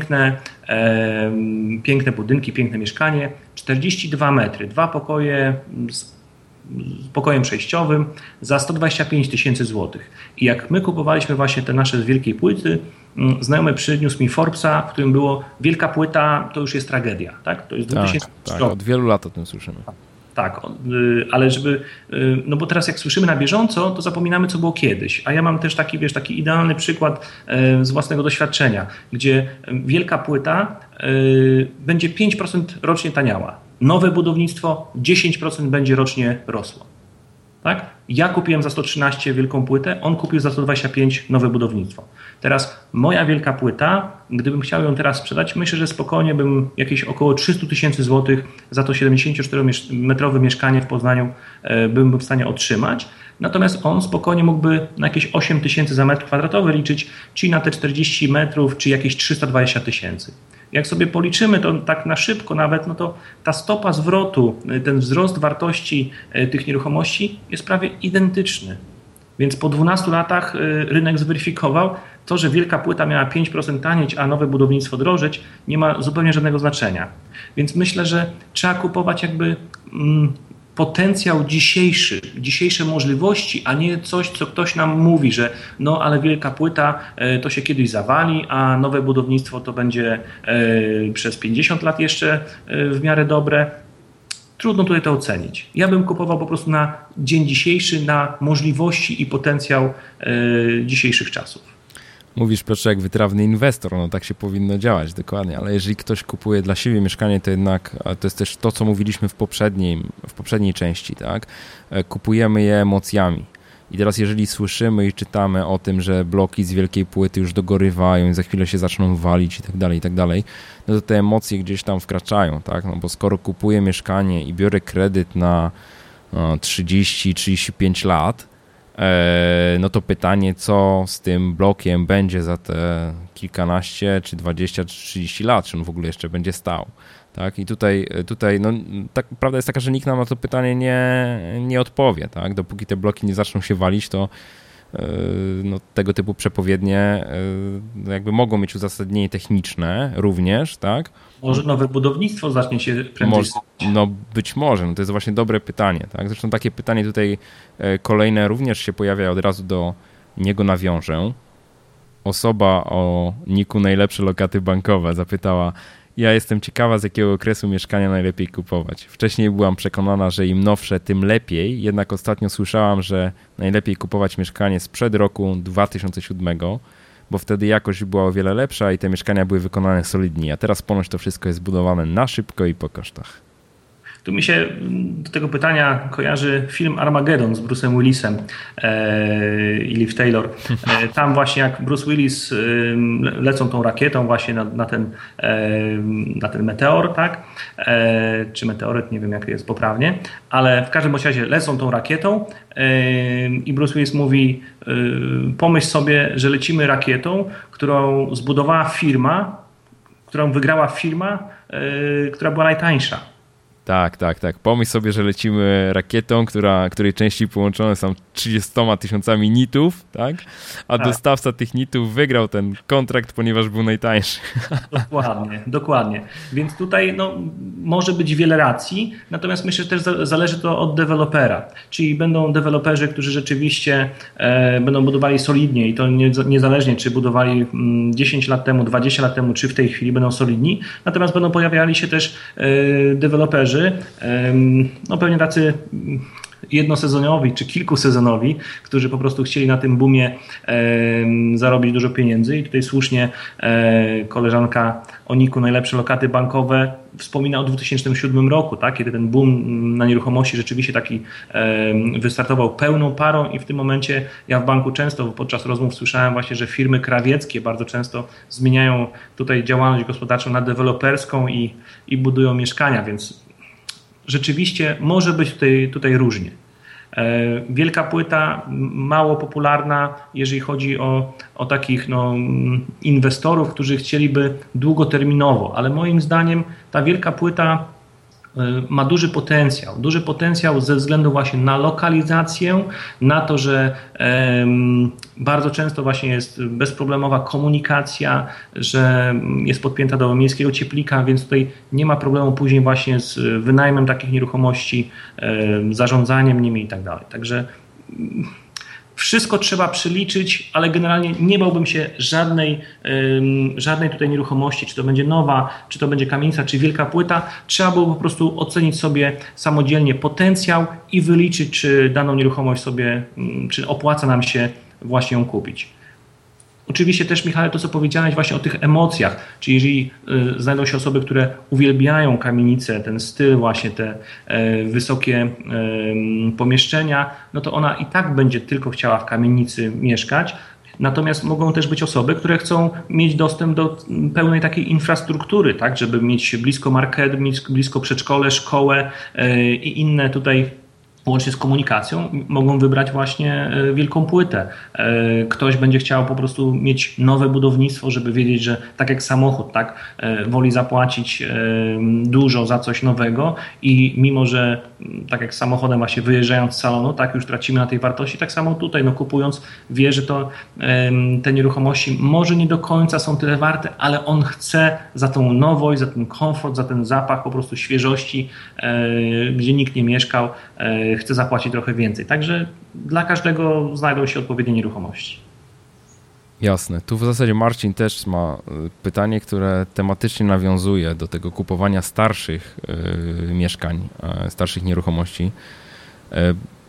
Speaker 2: piękne budynki, piękne mieszkanie, 42 metry, 2 pokoje z pokojem przejściowym za 125 tysięcy złotych. I jak my kupowaliśmy właśnie te nasze z wielkiej płyty, znajomy przyniósł mi Forbesa, w którym było wielka płyta, to już jest tragedia. Tak, to jest 2000
Speaker 1: tak, od wielu lat o tym słyszymy.
Speaker 2: Tak, ale no bo teraz jak słyszymy na bieżąco, to zapominamy, co było kiedyś. A ja mam też taki idealny przykład z własnego doświadczenia, gdzie wielka płyta będzie 5% rocznie taniała. Nowe budownictwo 10% będzie rocznie rosło. Tak? Ja kupiłem za 113 wielką płytę, on kupił za 125 nowe budownictwo. Teraz moja wielka płyta, gdybym chciał ją teraz sprzedać, myślę, że spokojnie bym jakieś około 300 tysięcy złotych za to 74-metrowe mieszkanie w Poznaniu bym w stanie otrzymać. Natomiast on spokojnie mógłby na jakieś 8 tysięcy za metr kwadratowy liczyć, czyli na te 40 metrów, czy jakieś 320 tysięcy. Jak sobie policzymy to tak na szybko nawet, no to ta stopa zwrotu, ten wzrost wartości tych nieruchomości jest prawie identyczny. Więc po 12 latach rynek zweryfikował to, że wielka płyta miała 5% tanieć, a nowe budownictwo drożeć, nie ma zupełnie żadnego znaczenia. Więc myślę, że trzeba kupować jakby potencjał dzisiejsze możliwości, a nie coś, co ktoś nam mówi, że no ale wielka płyta to się kiedyś zawali, a nowe budownictwo to będzie przez 50 lat jeszcze w miarę dobre. Trudno tutaj to ocenić. Ja bym kupował po prostu na dzień dzisiejszy, na możliwości i potencjał dzisiejszych czasów.
Speaker 1: Mówisz, Piotrze, jak wytrawny inwestor, no tak się powinno działać, dokładnie, ale jeżeli ktoś kupuje dla siebie mieszkanie, to jednak to jest też to, co mówiliśmy w poprzedniej części, tak? Kupujemy je emocjami. I teraz jeżeli słyszymy i czytamy o tym, że bloki z wielkiej płyty już dogorywają i za chwilę się zaczną walić i tak dalej, no to te emocje gdzieś tam wkraczają, tak? No bo skoro kupuję mieszkanie i biorę kredyt na 30-35 lat, no to pytanie, co z tym blokiem będzie za te kilkanaście, czy 20, czy 30 lat, czy on w ogóle jeszcze będzie stał. Tak? I tutaj no, tak, prawda jest taka, że nikt nam na to pytanie nie odpowie. Tak? Dopóki te bloki nie zaczną się walić, to no, tego typu przepowiednie jakby mogą mieć uzasadnienie techniczne również, tak?
Speaker 2: Może nowe budownictwo zacznie się prędzej.
Speaker 1: No być może, no to jest właśnie dobre pytanie, tak? Zresztą takie pytanie tutaj kolejne również się pojawia, od razu do niego nawiążę. Osoba o niku najlepsze lokaty bankowe zapytała: ja jestem ciekawa, z jakiego okresu mieszkania najlepiej kupować. Wcześniej byłam przekonana, że im nowsze, tym lepiej, jednak ostatnio słyszałam, że najlepiej kupować mieszkanie sprzed roku 2007, bo wtedy jakość była o wiele lepsza i te mieszkania były wykonane solidnie, a teraz ponoć to wszystko jest budowane na szybko i po kosztach.
Speaker 2: Tu mi się do tego pytania kojarzy film Armageddon z Bruce'em Willisem i Liv Taylor. Tam właśnie jak Bruce Willis lecą tą rakietą właśnie na ten meteor, tak? Czy meteoryt, nie wiem jak jest poprawnie, ale w każdym razie lecą tą rakietą i Bruce Willis mówi: pomyśl sobie, że lecimy rakietą, którą zbudowała firma, którą wygrała firma, która była najtańsza.
Speaker 1: Tak. Pomyśl sobie, że lecimy rakietą, której części połączone są 30 000 nitów, tak? A dostawca tych nitów wygrał ten kontrakt, ponieważ był najtańszy.
Speaker 2: Dokładnie. Więc tutaj no, może być wiele racji, natomiast myślę, że też zależy to od dewelopera. Czyli będą deweloperzy, którzy rzeczywiście będą budowali solidnie i to niezależnie, czy budowali 10 lat temu, 20 lat temu, czy w tej chwili będą solidni. Natomiast będą pojawiali się też deweloperzy, no pewnie tacy jednosezonowi czy kilkusezonowi, którzy po prostu chcieli na tym boomie zarobić dużo pieniędzy i tutaj słusznie koleżanka o niku najlepsze lokaty bankowe wspomina o 2007 roku, tak? Kiedy ten boom na nieruchomości rzeczywiście taki wystartował pełną parą i w tym momencie ja w banku często podczas rozmów słyszałem właśnie, że firmy krawieckie bardzo często zmieniają tutaj działalność gospodarczą na deweloperską i budują mieszkania, więc rzeczywiście może być tutaj różnie. Wielka płyta, mało popularna, jeżeli chodzi o takich inwestorów, którzy chcieliby długoterminowo, ale moim zdaniem ta wielka płyta ma duży potencjał ze względu właśnie na lokalizację, na to, że bardzo często właśnie jest bezproblemowa komunikacja, że jest podpięta do miejskiego cieplika, więc tutaj nie ma problemu później właśnie z wynajmem takich nieruchomości, zarządzaniem nimi i tak dalej. Także wszystko trzeba przeliczyć, ale generalnie nie bałbym się żadnej tutaj nieruchomości, czy to będzie nowa, czy to będzie kamienica, czy wielka płyta. Trzeba było po prostu ocenić sobie samodzielnie potencjał i wyliczyć, czy daną nieruchomość sobie, czy opłaca nam się właśnie ją kupić. Oczywiście też, Michale, to co powiedziałeś właśnie o tych emocjach, czyli jeżeli znajdą się osoby, które uwielbiają kamienice, ten styl właśnie, te wysokie pomieszczenia, no to ona i tak będzie tylko chciała w kamienicy mieszkać. Natomiast mogą też być osoby, które chcą mieć dostęp do pełnej takiej infrastruktury, tak, żeby mieć blisko market, mieć blisko przedszkole, szkołę i inne tutaj łącznie z komunikacją, mogą wybrać właśnie wielką płytę. Ktoś będzie chciał po prostu mieć nowe budownictwo, żeby wiedzieć, że tak jak samochód, tak, woli zapłacić dużo za coś nowego i mimo, że tak jak z samochodem właśnie wyjeżdżając z salonu, tak już tracimy na tej wartości, tak samo tutaj kupując wie, że to te nieruchomości może nie do końca są tyle warte, ale on chce za tą nowość, za ten komfort, za ten zapach po prostu świeżości, gdzie nikt nie mieszkał, chce zapłacić trochę więcej. Także dla każdego znajdą się odpowiednie nieruchomości.
Speaker 1: Jasne. Tu w zasadzie Marcin też ma pytanie, które tematycznie nawiązuje do tego kupowania starszych mieszkań, starszych nieruchomości.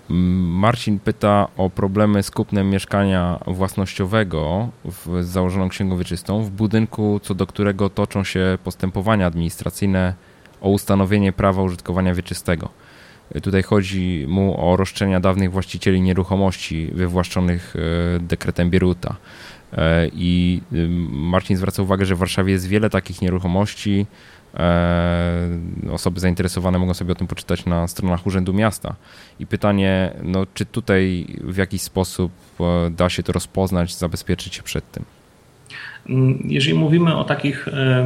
Speaker 1: Marcin pyta o problemy z kupnem mieszkania własnościowego z założoną księgą wieczystą w budynku, co do którego toczą się postępowania administracyjne o ustanowienie prawa użytkowania wieczystego. Tutaj chodzi mu o roszczenia dawnych właścicieli nieruchomości wywłaszczonych dekretem Bieruta. I Marcin zwraca uwagę, że w Warszawie jest wiele takich nieruchomości. Osoby zainteresowane mogą sobie o tym poczytać na stronach Urzędu Miasta. I pytanie, czy tutaj w jakiś sposób da się to rozpoznać, zabezpieczyć się przed tym?
Speaker 2: Jeżeli mówimy o takich...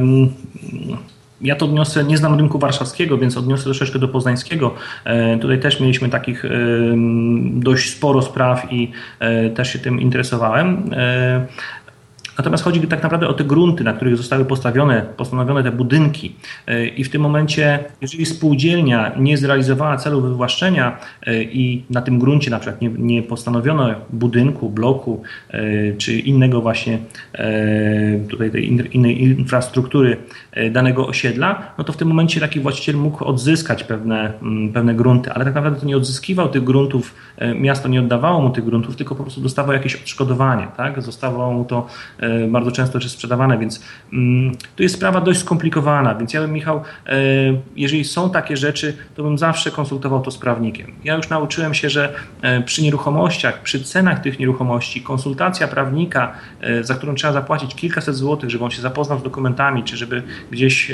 Speaker 2: Ja to odniosę, nie znam rynku warszawskiego, więc odniosę troszeczkę do poznańskiego. Tutaj też mieliśmy takich dość sporo spraw i też się tym interesowałem. Natomiast chodzi tak naprawdę o te grunty, na których zostały postanowione te budynki. I w tym momencie, jeżeli spółdzielnia nie zrealizowała celu wywłaszczenia i na tym gruncie na przykład nie postanowiono budynku, bloku czy innego właśnie tutaj tej innej infrastruktury danego osiedla, no to w tym momencie taki właściciel mógł odzyskać pewne grunty, ale tak naprawdę to nie odzyskiwał tych gruntów, miasto nie oddawało mu tych gruntów, tylko po prostu dostawał jakieś odszkodowanie, tak? Zostawało mu to bardzo często jeszcze sprzedawane, więc tu jest sprawa dość skomplikowana, więc ja bym, Michał, jeżeli są takie rzeczy, to bym zawsze konsultował to z prawnikiem. Ja już nauczyłem się, że przy nieruchomościach, przy cenach tych nieruchomości, konsultacja prawnika, za którą trzeba zapłacić kilkaset złotych, żeby on się zapoznał z dokumentami, czy żeby gdzieś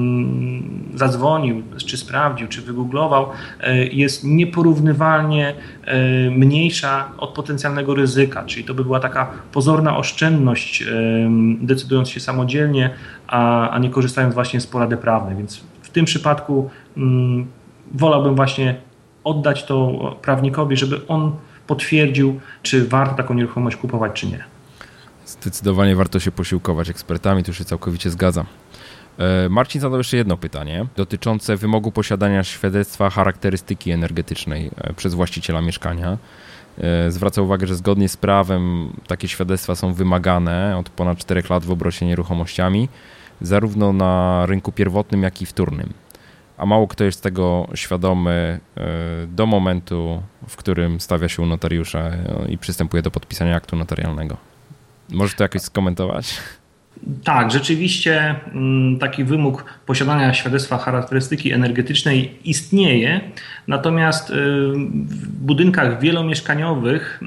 Speaker 2: zadzwonił, czy sprawdził, czy wygooglował, jest nieporównywalnie mniejsza od potencjalnego ryzyka, czyli to by była taka pozorna oszczędność, decydując się samodzielnie, a nie korzystając właśnie z porady prawnej. Więc w tym przypadku wolałbym właśnie oddać to prawnikowi, żeby on potwierdził, czy warto taką nieruchomość kupować, czy nie.
Speaker 1: Zdecydowanie warto się posiłkować ekspertami, tu się całkowicie zgadzam. Marcin zadał jeszcze jedno pytanie dotyczące wymogu posiadania świadectwa charakterystyki energetycznej przez właściciela mieszkania. Zwraca uwagę, że zgodnie z prawem takie świadectwa są wymagane od ponad 4 lat w obrocie nieruchomościami, zarówno na rynku pierwotnym, jak i wtórnym. A mało kto jest tego świadomy do momentu, w którym stawia się u notariusza i przystępuje do podpisania aktu notarialnego. Możesz to jakoś skomentować?
Speaker 2: Tak, rzeczywiście taki wymóg posiadania świadectwa charakterystyki energetycznej istnieje, natomiast w budynkach wielomieszkaniowych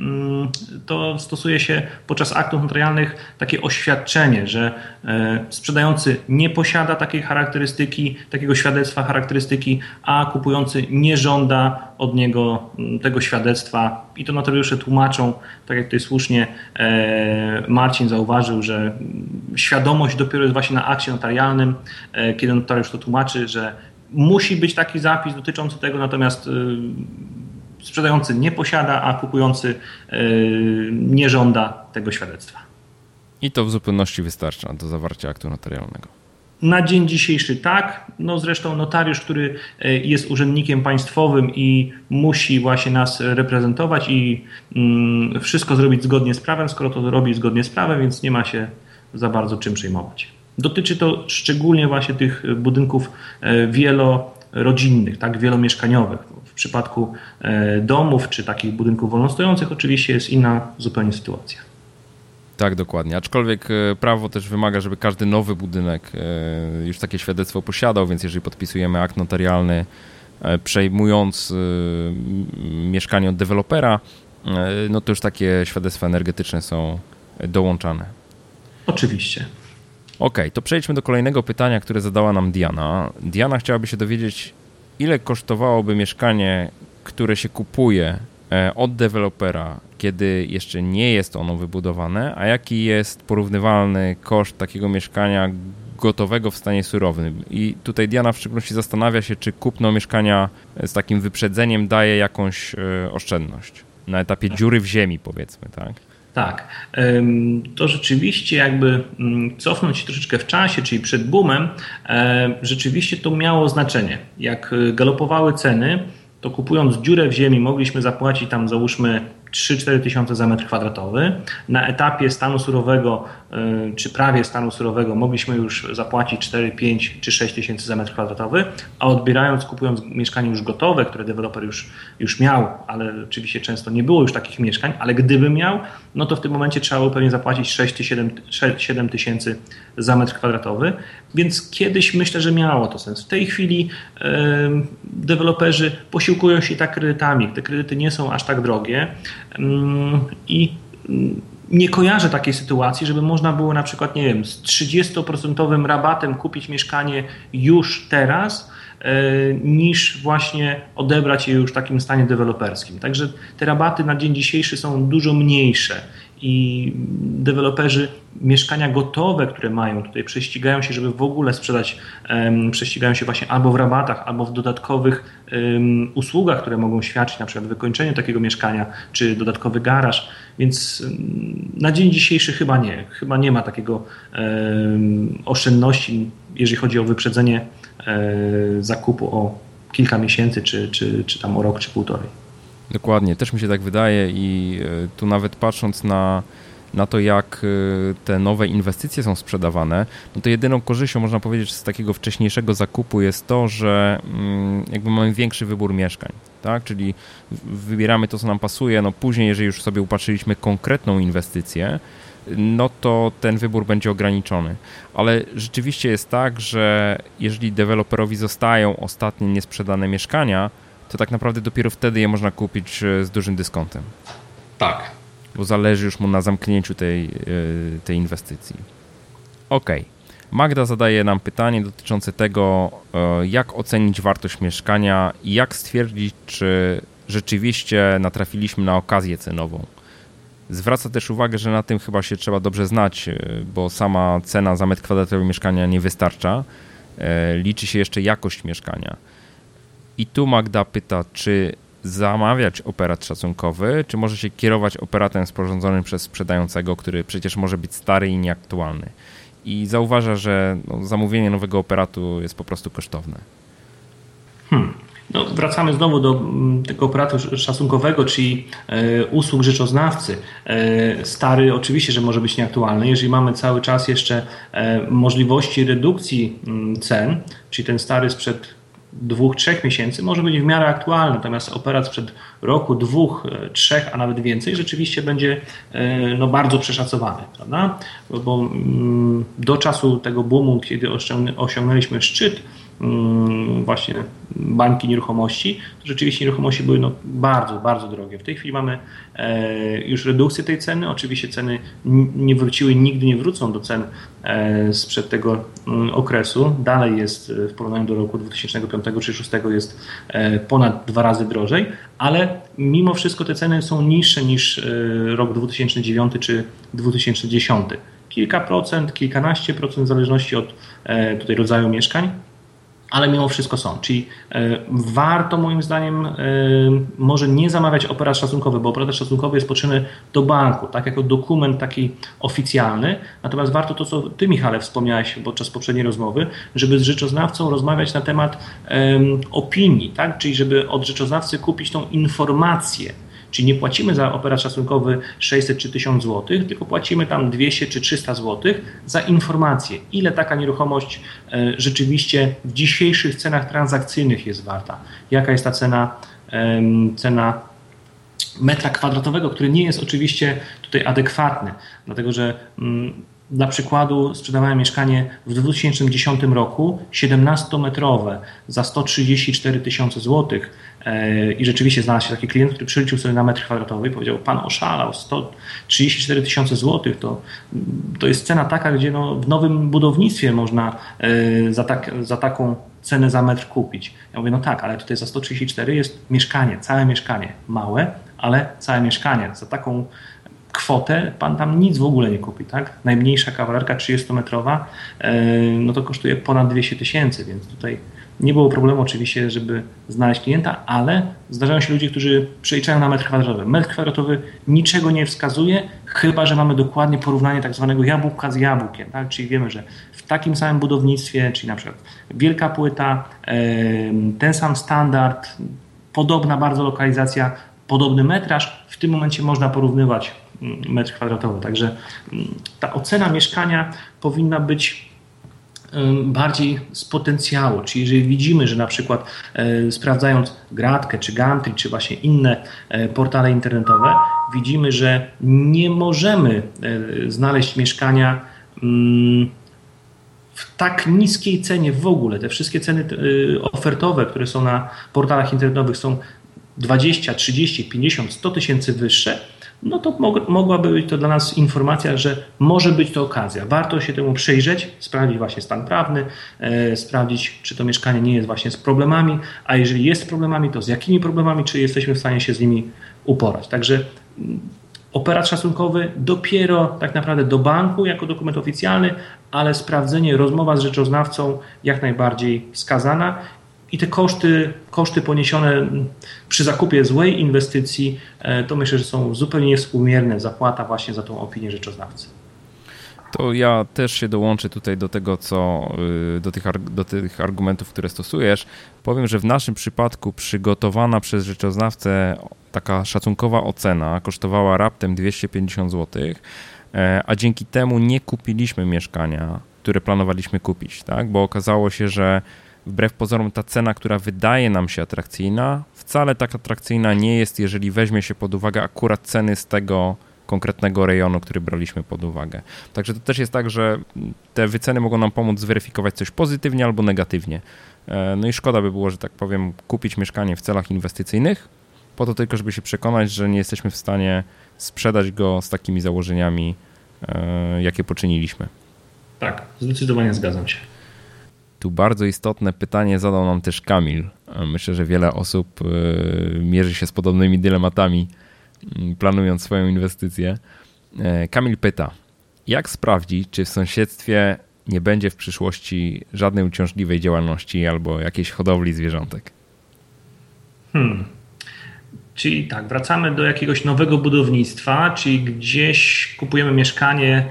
Speaker 2: to stosuje się podczas aktów notarialnych takie oświadczenie, że sprzedający nie posiada takiej charakterystyki, takiego świadectwa charakterystyki, a kupujący nie żąda od niego tego świadectwa i to notariusze tłumaczą, tak jak tutaj słusznie Marcin zauważył, że świadomość dopiero jest właśnie na akcie notarialnym, kiedy notariusz to tłumaczy, że musi być taki zapis dotyczący tego, natomiast sprzedający nie posiada, a kupujący nie żąda tego świadectwa.
Speaker 1: I to w zupełności wystarcza do zawarcia aktu notarialnego.
Speaker 2: Na dzień dzisiejszy tak. No zresztą notariusz, który jest urzędnikiem państwowym i musi właśnie nas reprezentować i wszystko zrobić zgodnie z prawem, skoro to robi zgodnie z prawem, więc nie ma się za bardzo czym przejmować. Dotyczy to szczególnie właśnie tych budynków wielorodzinnych, tak, wielomieszkaniowych. W przypadku domów czy takich budynków wolnostojących oczywiście jest inna zupełnie sytuacja.
Speaker 1: Tak, dokładnie. Aczkolwiek prawo też wymaga, żeby każdy nowy budynek już takie świadectwo posiadał, więc jeżeli podpisujemy akt notarialny przejmując mieszkanie od dewelopera, no to już takie świadectwa energetyczne są dołączane.
Speaker 2: Oczywiście.
Speaker 1: Okej, to przejdźmy do kolejnego pytania, które zadała nam Diana. Diana chciałaby się dowiedzieć, ile kosztowałoby mieszkanie, które się kupuje od dewelopera, kiedy jeszcze nie jest ono wybudowane, a jaki jest porównywalny koszt takiego mieszkania gotowego w stanie surowym. I tutaj Diana w szczególności zastanawia się, czy kupno mieszkania z takim wyprzedzeniem daje jakąś oszczędność na etapie dziury w ziemi, powiedzmy, tak?
Speaker 2: Tak, to rzeczywiście jakby cofnąć się troszeczkę w czasie, czyli przed boomem, rzeczywiście to miało znaczenie. Jak galopowały ceny, to kupując dziurę w ziemi mogliśmy zapłacić tam załóżmy 3-4 tysiące za metr kwadratowy. Na etapie stanu surowego, czy prawie stanu surowego, mogliśmy już zapłacić 4, 5 czy 6 tysięcy za metr kwadratowy, a odbierając, kupując mieszkanie już gotowe, które deweloper już miał, ale oczywiście często nie było już takich mieszkań, ale gdyby miał, no to w tym momencie trzeba było pewnie zapłacić 6 czy 7 tysięcy za metr kwadratowy, więc kiedyś myślę, że miało to sens. W tej chwili deweloperzy posiłkują się tak kredytami. Te kredyty nie są aż tak drogie i nie kojarzę takiej sytuacji, żeby można było na przykład, nie wiem, z 30% rabatem kupić mieszkanie już teraz, niż właśnie odebrać je już w takim stanie deweloperskim. Także te rabaty na dzień dzisiejszy są dużo mniejsze i deweloperzy mieszkania gotowe, które mają tutaj, prześcigają się, żeby w ogóle sprzedać, prześcigają się właśnie albo w rabatach, albo w dodatkowych usługach, które mogą świadczyć, na przykład wykończenie takiego mieszkania, czy dodatkowy garaż, więc na dzień dzisiejszy chyba nie ma takiego oszczędności, jeżeli chodzi o wyprzedzenie zakupu o kilka miesięcy, czy tam o rok, czy półtorej.
Speaker 1: Dokładnie, też mi się tak wydaje i tu nawet patrząc na to, jak te nowe inwestycje są sprzedawane, no to jedyną korzyścią, można powiedzieć, z takiego wcześniejszego zakupu jest to, że jakby mamy większy wybór mieszkań, tak? Czyli wybieramy to, co nam pasuje, no później, jeżeli już sobie upatrzyliśmy konkretną inwestycję, no to ten wybór będzie ograniczony. Ale rzeczywiście jest tak, że jeżeli deweloperowi zostają ostatnie niesprzedane mieszkania, to tak naprawdę dopiero wtedy je można kupić z dużym dyskontem.
Speaker 2: Tak.
Speaker 1: Bo zależy już mu na zamknięciu tej inwestycji. Okej. Magda zadaje nam pytanie dotyczące tego, jak ocenić wartość mieszkania i jak stwierdzić, czy rzeczywiście natrafiliśmy na okazję cenową. Zwraca też uwagę, że na tym chyba się trzeba dobrze znać, bo sama cena za metr kwadratowy mieszkania nie wystarcza. Liczy się jeszcze jakość mieszkania. I tu Magda pyta, czy zamawiać operat szacunkowy, czy może się kierować operatem sporządzonym przez sprzedającego, który przecież może być stary i nieaktualny. I zauważa, że zamówienie nowego operatu jest po prostu kosztowne.
Speaker 2: No, wracamy znowu do tego operatu szacunkowego, czyli usług rzeczoznawcy. Stary oczywiście, że może być nieaktualny. Jeżeli mamy cały czas jeszcze możliwości redukcji cen, czyli ten stary sprzed 2-3 miesięcy może być w miarę aktualny, natomiast operat sprzed roku, 2, 3, a nawet więcej rzeczywiście będzie bardzo przeszacowany, prawda? Bo do czasu tego boomu, kiedy osiągnęliśmy szczyt właśnie bańki nieruchomości, to rzeczywiście nieruchomości były bardzo, bardzo drogie. W tej chwili mamy już redukcję tej ceny. Oczywiście ceny nie wróciły i nigdy nie wrócą do cen sprzed tego okresu. Dalej jest w porównaniu do roku 2005 czy 2006 jest ponad 2 razy drożej, ale mimo wszystko te ceny są niższe niż rok 2009 czy 2010. Kilka procent, kilkanaście procent w zależności od tutaj rodzaju mieszkań, ale mimo wszystko są. Czyli warto moim zdaniem może nie zamawiać operat szacunkowy, bo operat szacunkowy jest potrzebny do banku, tak jako dokument taki oficjalny. Natomiast warto to, co Ty, Michale, wspomniałeś podczas poprzedniej rozmowy, żeby z rzeczoznawcą rozmawiać na temat opinii, tak? Czyli żeby od rzeczoznawcy kupić tą informację. Czyli nie płacimy za operat szacunkowy 600 czy 1000 zł, tylko płacimy tam 200 czy 300 zł za informację, ile taka nieruchomość rzeczywiście w dzisiejszych cenach transakcyjnych jest warta. Jaka jest ta cena metra kwadratowego, który nie jest oczywiście tutaj adekwatny, dlatego że dla przykładu sprzedawałem mieszkanie w 2010 roku 17-metrowe za 134 tysiące złotych i rzeczywiście znalazł się taki klient, który przeliczył sobie na metr kwadratowy i powiedział: pan oszalał, 134 tysiące złotych to jest cena taka, gdzie w nowym budownictwie można za taką cenę za metr kupić. Ja mówię, no tak, ale tutaj za 134 jest mieszkanie, całe mieszkanie, małe, ale całe mieszkanie. Za taką kwotę pan tam nic w ogóle nie kupi, tak? Najmniejsza kawalerka 30-metrowa to kosztuje ponad 200 tysięcy, więc tutaj nie było problemu oczywiście, żeby znaleźć klienta, ale zdarzają się ludzie, którzy przeliczają na metr kwadratowy. Metr kwadratowy niczego nie wskazuje, chyba że mamy dokładnie porównanie tak zwanego jabłka z jabłkiem, tak? Czyli wiemy, że w takim samym budownictwie, czyli na przykład wielka płyta, ten sam standard, podobna bardzo lokalizacja, podobny metraż, w tym momencie można porównywać metr kwadratowy. Także ta ocena mieszkania powinna być bardziej z potencjału, czyli jeżeli widzimy, że na przykład sprawdzając Gradkę, czy Gumtree, czy właśnie inne portale internetowe, widzimy, że nie możemy znaleźć mieszkania w tak niskiej cenie w ogóle. Te wszystkie ceny ofertowe, które są na portalach internetowych, są 20, 30, 50, 100 tysięcy wyższe, no to mogłaby być to dla nas informacja, że może być to okazja. Warto się temu przyjrzeć, sprawdzić właśnie stan prawny, sprawdzić, czy to mieszkanie nie jest właśnie z problemami, a jeżeli jest z problemami, to z jakimi problemami, czy jesteśmy w stanie się z nimi uporać. Także operat szacunkowy dopiero tak naprawdę do banku jako dokument oficjalny, ale sprawdzenie, rozmowa z rzeczoznawcą jak najbardziej wskazana. I te koszty poniesione przy zakupie złej inwestycji, to myślę, że są zupełnie niewspółmierne. Zapłata właśnie za tą opinię rzeczoznawcy.
Speaker 1: To ja też się dołączę tutaj do tego, do tych argumentów, które stosujesz. Powiem, że w naszym przypadku przygotowana przez rzeczoznawcę taka szacunkowa ocena kosztowała raptem 250 zł, a dzięki temu nie kupiliśmy mieszkania, które planowaliśmy kupić, tak? Bo okazało się, że wbrew pozorom ta cena, która wydaje nam się atrakcyjna, wcale tak atrakcyjna nie jest, jeżeli weźmie się pod uwagę akurat ceny z tego konkretnego rejonu, który braliśmy pod uwagę. Także to też jest tak, że te wyceny mogą nam pomóc zweryfikować coś pozytywnie albo negatywnie. No i szkoda by było, że tak powiem, kupić mieszkanie w celach inwestycyjnych, po to tylko, żeby się przekonać, że nie jesteśmy w stanie sprzedać go z takimi założeniami, jakie poczyniliśmy.
Speaker 2: Tak, zdecydowanie zgadzam się.
Speaker 1: Tu bardzo istotne pytanie zadał nam też Kamil. Myślę, że wiele osób mierzy się z podobnymi dylematami, planując swoją inwestycję. Kamil pyta, jak sprawdzić, czy w sąsiedztwie nie będzie w przyszłości żadnej uciążliwej działalności albo jakiejś hodowli zwierzątek?
Speaker 2: Czyli tak, wracamy do jakiegoś nowego budownictwa, czyli gdzieś kupujemy mieszkanie,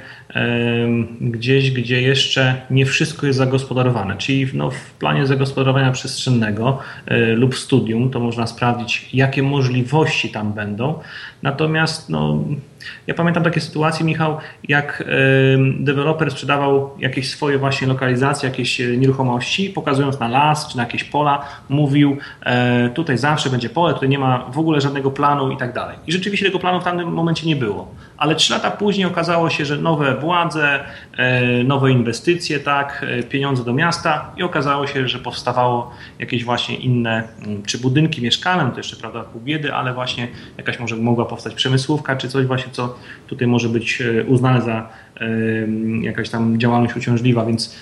Speaker 2: gdzieś, gdzie jeszcze nie wszystko jest zagospodarowane. Czyli w planie zagospodarowania przestrzennego lub w studium to można sprawdzić, jakie możliwości tam będą. Natomiast ja pamiętam takie sytuacje, Michał, jak deweloper sprzedawał jakieś swoje właśnie lokalizacje, jakieś nieruchomości, pokazując na las czy na jakieś pola, mówił, tutaj zawsze będzie pole, tutaj nie ma w ogóle żadnego planu i tak dalej. I rzeczywiście tego planu w tamtym momencie nie było. Ale 3 lata później okazało się, że nowe władze, nowe inwestycje, tak, pieniądze do miasta i okazało się, że powstawało jakieś właśnie inne, czy budynki mieszkalne, to jeszcze prawda pół biedy, ale właśnie jakaś może mogła powstać przemysłówka, czy coś właśnie, co tutaj może być uznane za jakaś tam działalność uciążliwa, więc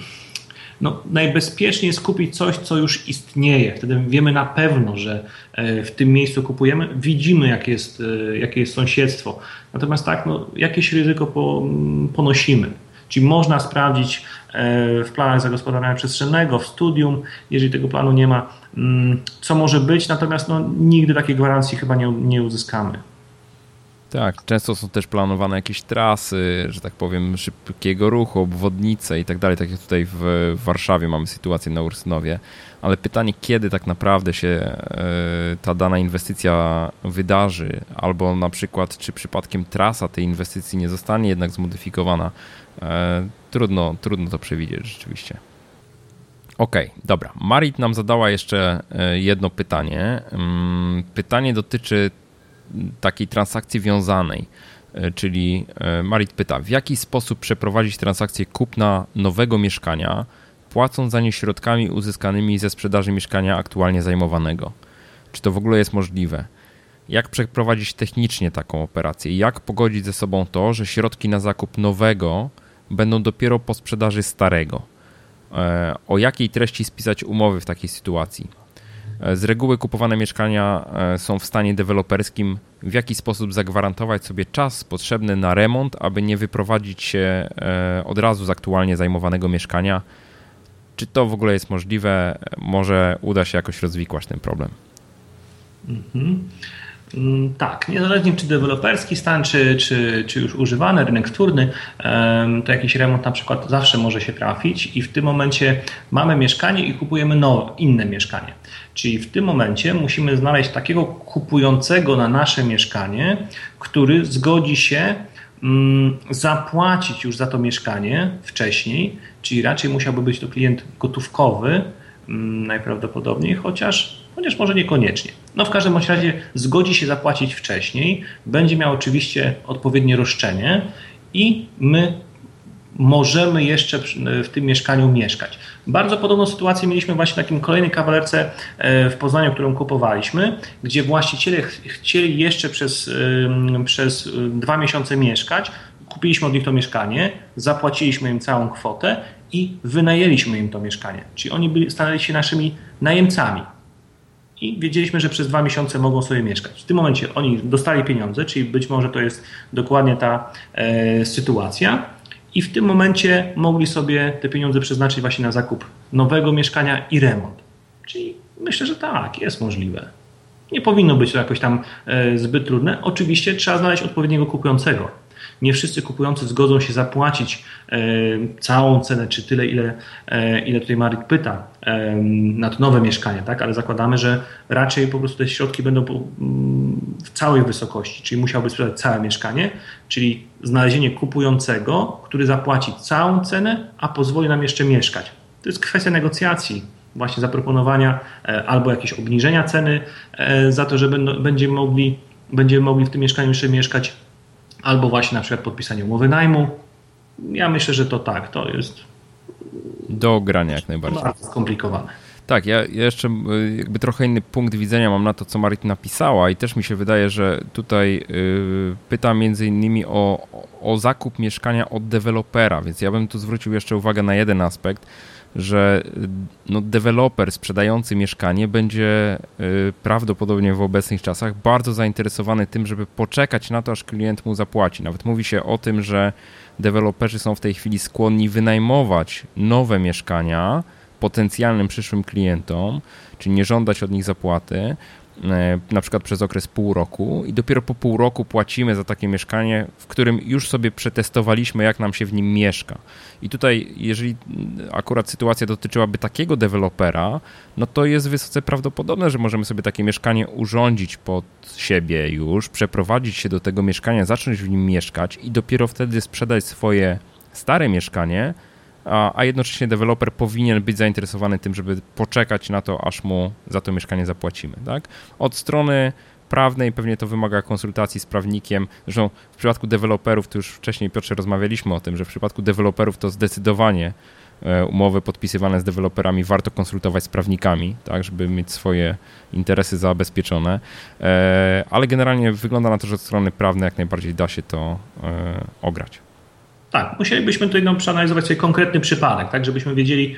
Speaker 2: najbezpieczniej jest kupić coś, co już istnieje. Wtedy wiemy na pewno, że w tym miejscu kupujemy, widzimy jakie jest sąsiedztwo. Natomiast tak, jakieś ryzyko ponosimy. Czyli można sprawdzić w planach zagospodarowania przestrzennego, w studium, jeżeli tego planu nie ma, co może być, natomiast nigdy takiej gwarancji chyba nie uzyskamy.
Speaker 1: Tak, często są też planowane jakieś trasy, że tak powiem, szybkiego ruchu, obwodnice i tak dalej, tak jak tutaj w Warszawie mamy sytuację na Ursynowie, ale pytanie, kiedy tak naprawdę się ta dana inwestycja wydarzy, albo na przykład, czy przypadkiem trasa tej inwestycji nie zostanie jednak zmodyfikowana, trudno to przewidzieć rzeczywiście. Okej, dobra. Marit nam zadała jeszcze jedno pytanie. Pytanie dotyczy takiej transakcji wiązanej, czyli Marit pyta, w jaki sposób przeprowadzić transakcję kupna nowego mieszkania, płacąc za nie środkami uzyskanymi ze sprzedaży mieszkania aktualnie zajmowanego? Czy to w ogóle jest możliwe? Jak przeprowadzić technicznie taką operację? Jak pogodzić ze sobą to, że środki na zakup nowego będą dopiero po sprzedaży starego? O jakiej treści spisać umowy w takiej sytuacji? Z reguły kupowane mieszkania są w stanie deweloperskim. W jaki sposób zagwarantować sobie czas potrzebny na remont, aby nie wyprowadzić się od razu z aktualnie zajmowanego mieszkania? Czy to w ogóle jest możliwe? Może uda się jakoś rozwikłać ten problem?
Speaker 2: Tak, niezależnie czy deweloperski stan, czy już używany, rynek wtórny, to jakiś remont na przykład zawsze może się trafić i w tym momencie mamy mieszkanie i kupujemy inne mieszkanie. Czyli w tym momencie musimy znaleźć takiego kupującego na nasze mieszkanie, który zgodzi się zapłacić już za to mieszkanie wcześniej, czyli raczej musiałby być to klient gotówkowy najprawdopodobniej, chociaż może niekoniecznie. No w każdym razie zgodzi się zapłacić wcześniej, będzie miał oczywiście odpowiednie roszczenie i my możemy jeszcze w tym mieszkaniu mieszkać. Bardzo podobną sytuację mieliśmy właśnie w takim kolejnej kawalerce w Poznaniu, którą kupowaliśmy, gdzie właściciele chcieli jeszcze przez 2 miesiące mieszkać. Kupiliśmy od nich to mieszkanie, zapłaciliśmy im całą kwotę i wynajęliśmy im to mieszkanie. Czyli oni stali się naszymi najemcami. I wiedzieliśmy, że przez 2 miesiące mogą sobie mieszkać. W tym momencie oni dostali pieniądze, czyli być może to jest dokładnie ta sytuacja. I w tym momencie mogli sobie te pieniądze przeznaczyć właśnie na zakup nowego mieszkania i remont. Czyli myślę, że tak, jest możliwe. Nie powinno być to jakoś tam zbyt trudne. Oczywiście trzeba znaleźć odpowiedniego kupującego. Nie wszyscy kupujący zgodzą się zapłacić całą cenę, czy tyle, ile tutaj Marek pyta, na to nowe mieszkanie, tak? Ale zakładamy, że raczej po prostu te środki będą w całej wysokości, czyli musiałby sprzedać całe mieszkanie, czyli znalezienie kupującego, który zapłaci całą cenę, a pozwoli nam jeszcze mieszkać. To jest kwestia negocjacji, właśnie zaproponowania albo jakieś obniżenia ceny za to, że będziemy mogli w tym mieszkaniu jeszcze mieszkać, albo właśnie na przykład podpisanie umowy najmu. Ja myślę, że to tak, to jest
Speaker 1: do ogrania jak najbardziej.
Speaker 2: Bardzo skomplikowane.
Speaker 1: Tak, ja jeszcze jakby trochę inny punkt widzenia mam na to, co Marit napisała i też mi się wydaje, że tutaj pyta między innymi o zakup mieszkania od dewelopera, więc ja bym tu zwrócił jeszcze uwagę na jeden aspekt, że deweloper sprzedający mieszkanie będzie prawdopodobnie w obecnych czasach bardzo zainteresowany tym, żeby poczekać na to, aż klient mu zapłaci. Nawet mówi się o tym, że deweloperzy są w tej chwili skłonni wynajmować nowe mieszkania potencjalnym przyszłym klientom, czyli nie żądać od nich zapłaty, na przykład przez okres pół roku i dopiero po pół roku płacimy za takie mieszkanie, w którym już sobie przetestowaliśmy, jak nam się w nim mieszka. I tutaj, jeżeli akurat sytuacja dotyczyłaby takiego dewelopera, no to jest wysoce prawdopodobne, że możemy sobie takie mieszkanie urządzić pod siebie już, przeprowadzić się do tego mieszkania, zacząć w nim mieszkać i dopiero wtedy sprzedać swoje stare mieszkanie, a jednocześnie deweloper powinien być zainteresowany tym, żeby poczekać na to, aż mu za to mieszkanie zapłacimy. Tak? Od strony prawnej pewnie to wymaga konsultacji z prawnikiem. Zresztą w przypadku deweloperów, to już wcześniej, Piotrze, rozmawialiśmy o tym, że w przypadku deweloperów to zdecydowanie umowy podpisywane z deweloperami warto konsultować z prawnikami, tak, żeby mieć swoje interesy zabezpieczone, ale generalnie wygląda na to, że od strony prawnej jak najbardziej da się to ograć.
Speaker 2: Tak, musielibyśmy tutaj przeanalizować sobie konkretny przypadek, tak, żebyśmy wiedzieli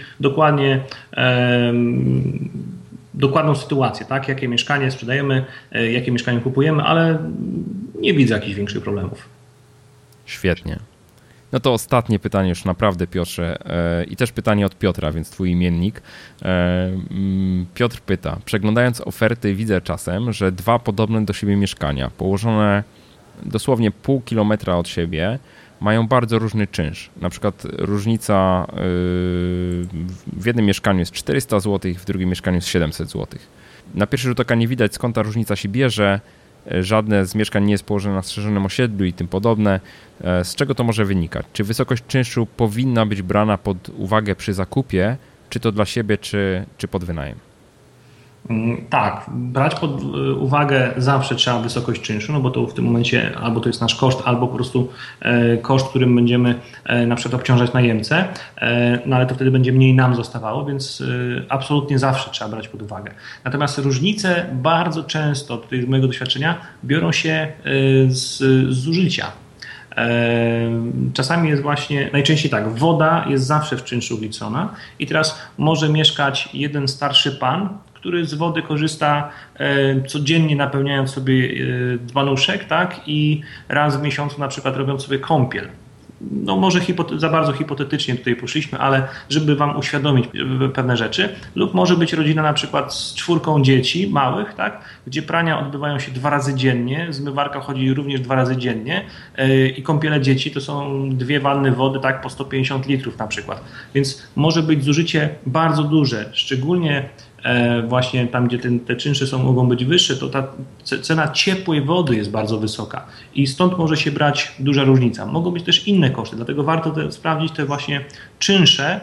Speaker 2: dokładną sytuację, tak, jakie mieszkanie sprzedajemy, jakie mieszkanie kupujemy, ale nie widzę jakichś większych problemów.
Speaker 1: Świetnie. No to ostatnie pytanie już naprawdę, Piotrze, i też pytanie od Piotra, więc twój imiennik. Piotr pyta, przeglądając oferty widzę czasem, że 2 podobne do siebie mieszkania, położone dosłownie pół kilometra od siebie, mają bardzo różny czynsz. Na przykład różnica w jednym mieszkaniu jest 400 zł, w drugim mieszkaniu jest 700 zł. Na pierwszy rzut oka nie widać, skąd ta różnica się bierze. Żadne z mieszkań nie jest położone na strzeżonym osiedlu i tym podobne. Z czego to może wynikać? Czy wysokość czynszu powinna być brana pod uwagę przy zakupie, czy to dla siebie, czy pod wynajem?
Speaker 2: Tak, brać pod uwagę zawsze trzeba wysokość czynszu, no bo to w tym momencie albo to jest nasz koszt, albo po prostu koszt, którym będziemy na przykład obciążać najemcę, no ale to wtedy będzie mniej nam zostawało, więc absolutnie zawsze trzeba brać pod uwagę. Natomiast różnice bardzo często, tutaj z mojego doświadczenia, biorą się z zużycia. Czasami jest właśnie, najczęściej tak, woda jest zawsze w czynszu wliczona i teraz może mieszkać jeden starszy pan, który z wody korzysta codziennie, napełniając sobie dzbanuszek, tak, i raz w miesiącu na przykład robiąc sobie kąpiel. no może za bardzo hipotetycznie tutaj poszliśmy, ale żeby wam uświadomić pewne rzeczy, lub może być rodzina na przykład z 4 dzieci małych, tak, gdzie prania odbywają się 2 razy dziennie, zmywarka chodzi również 2 razy dziennie i kąpiele dzieci to są 2 wanny wody, tak, po 150 litrów na przykład, więc może być zużycie bardzo duże, szczególnie właśnie tam, gdzie te czynsze mogą być wyższe, to ta cena ciepłej wody jest bardzo wysoka i stąd może się brać duża różnica. Mogą być też inne koszty, dlatego warto sprawdzić te właśnie czynsze,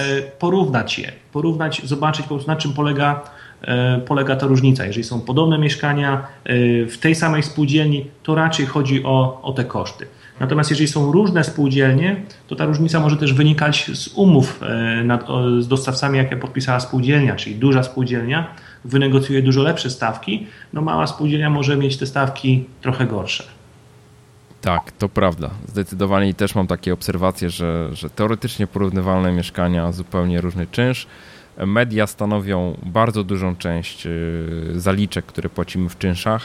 Speaker 2: porównać, zobaczyć po prostu, na czym polega ta różnica. Jeżeli są podobne mieszkania w tej samej spółdzielni, to raczej chodzi o te koszty. Natomiast jeżeli są różne spółdzielnie, to ta różnica może też wynikać z umów z dostawcami, jakie podpisała spółdzielnia, czyli duża spółdzielnia wynegocjuje dużo lepsze stawki, no mała spółdzielnia może mieć te stawki trochę gorsze.
Speaker 1: Tak, to prawda. Zdecydowanie i też mam takie obserwacje, że teoretycznie porównywalne mieszkania, zupełnie różny czynsz. Media stanowią bardzo dużą część zaliczek, które płacimy w czynszach.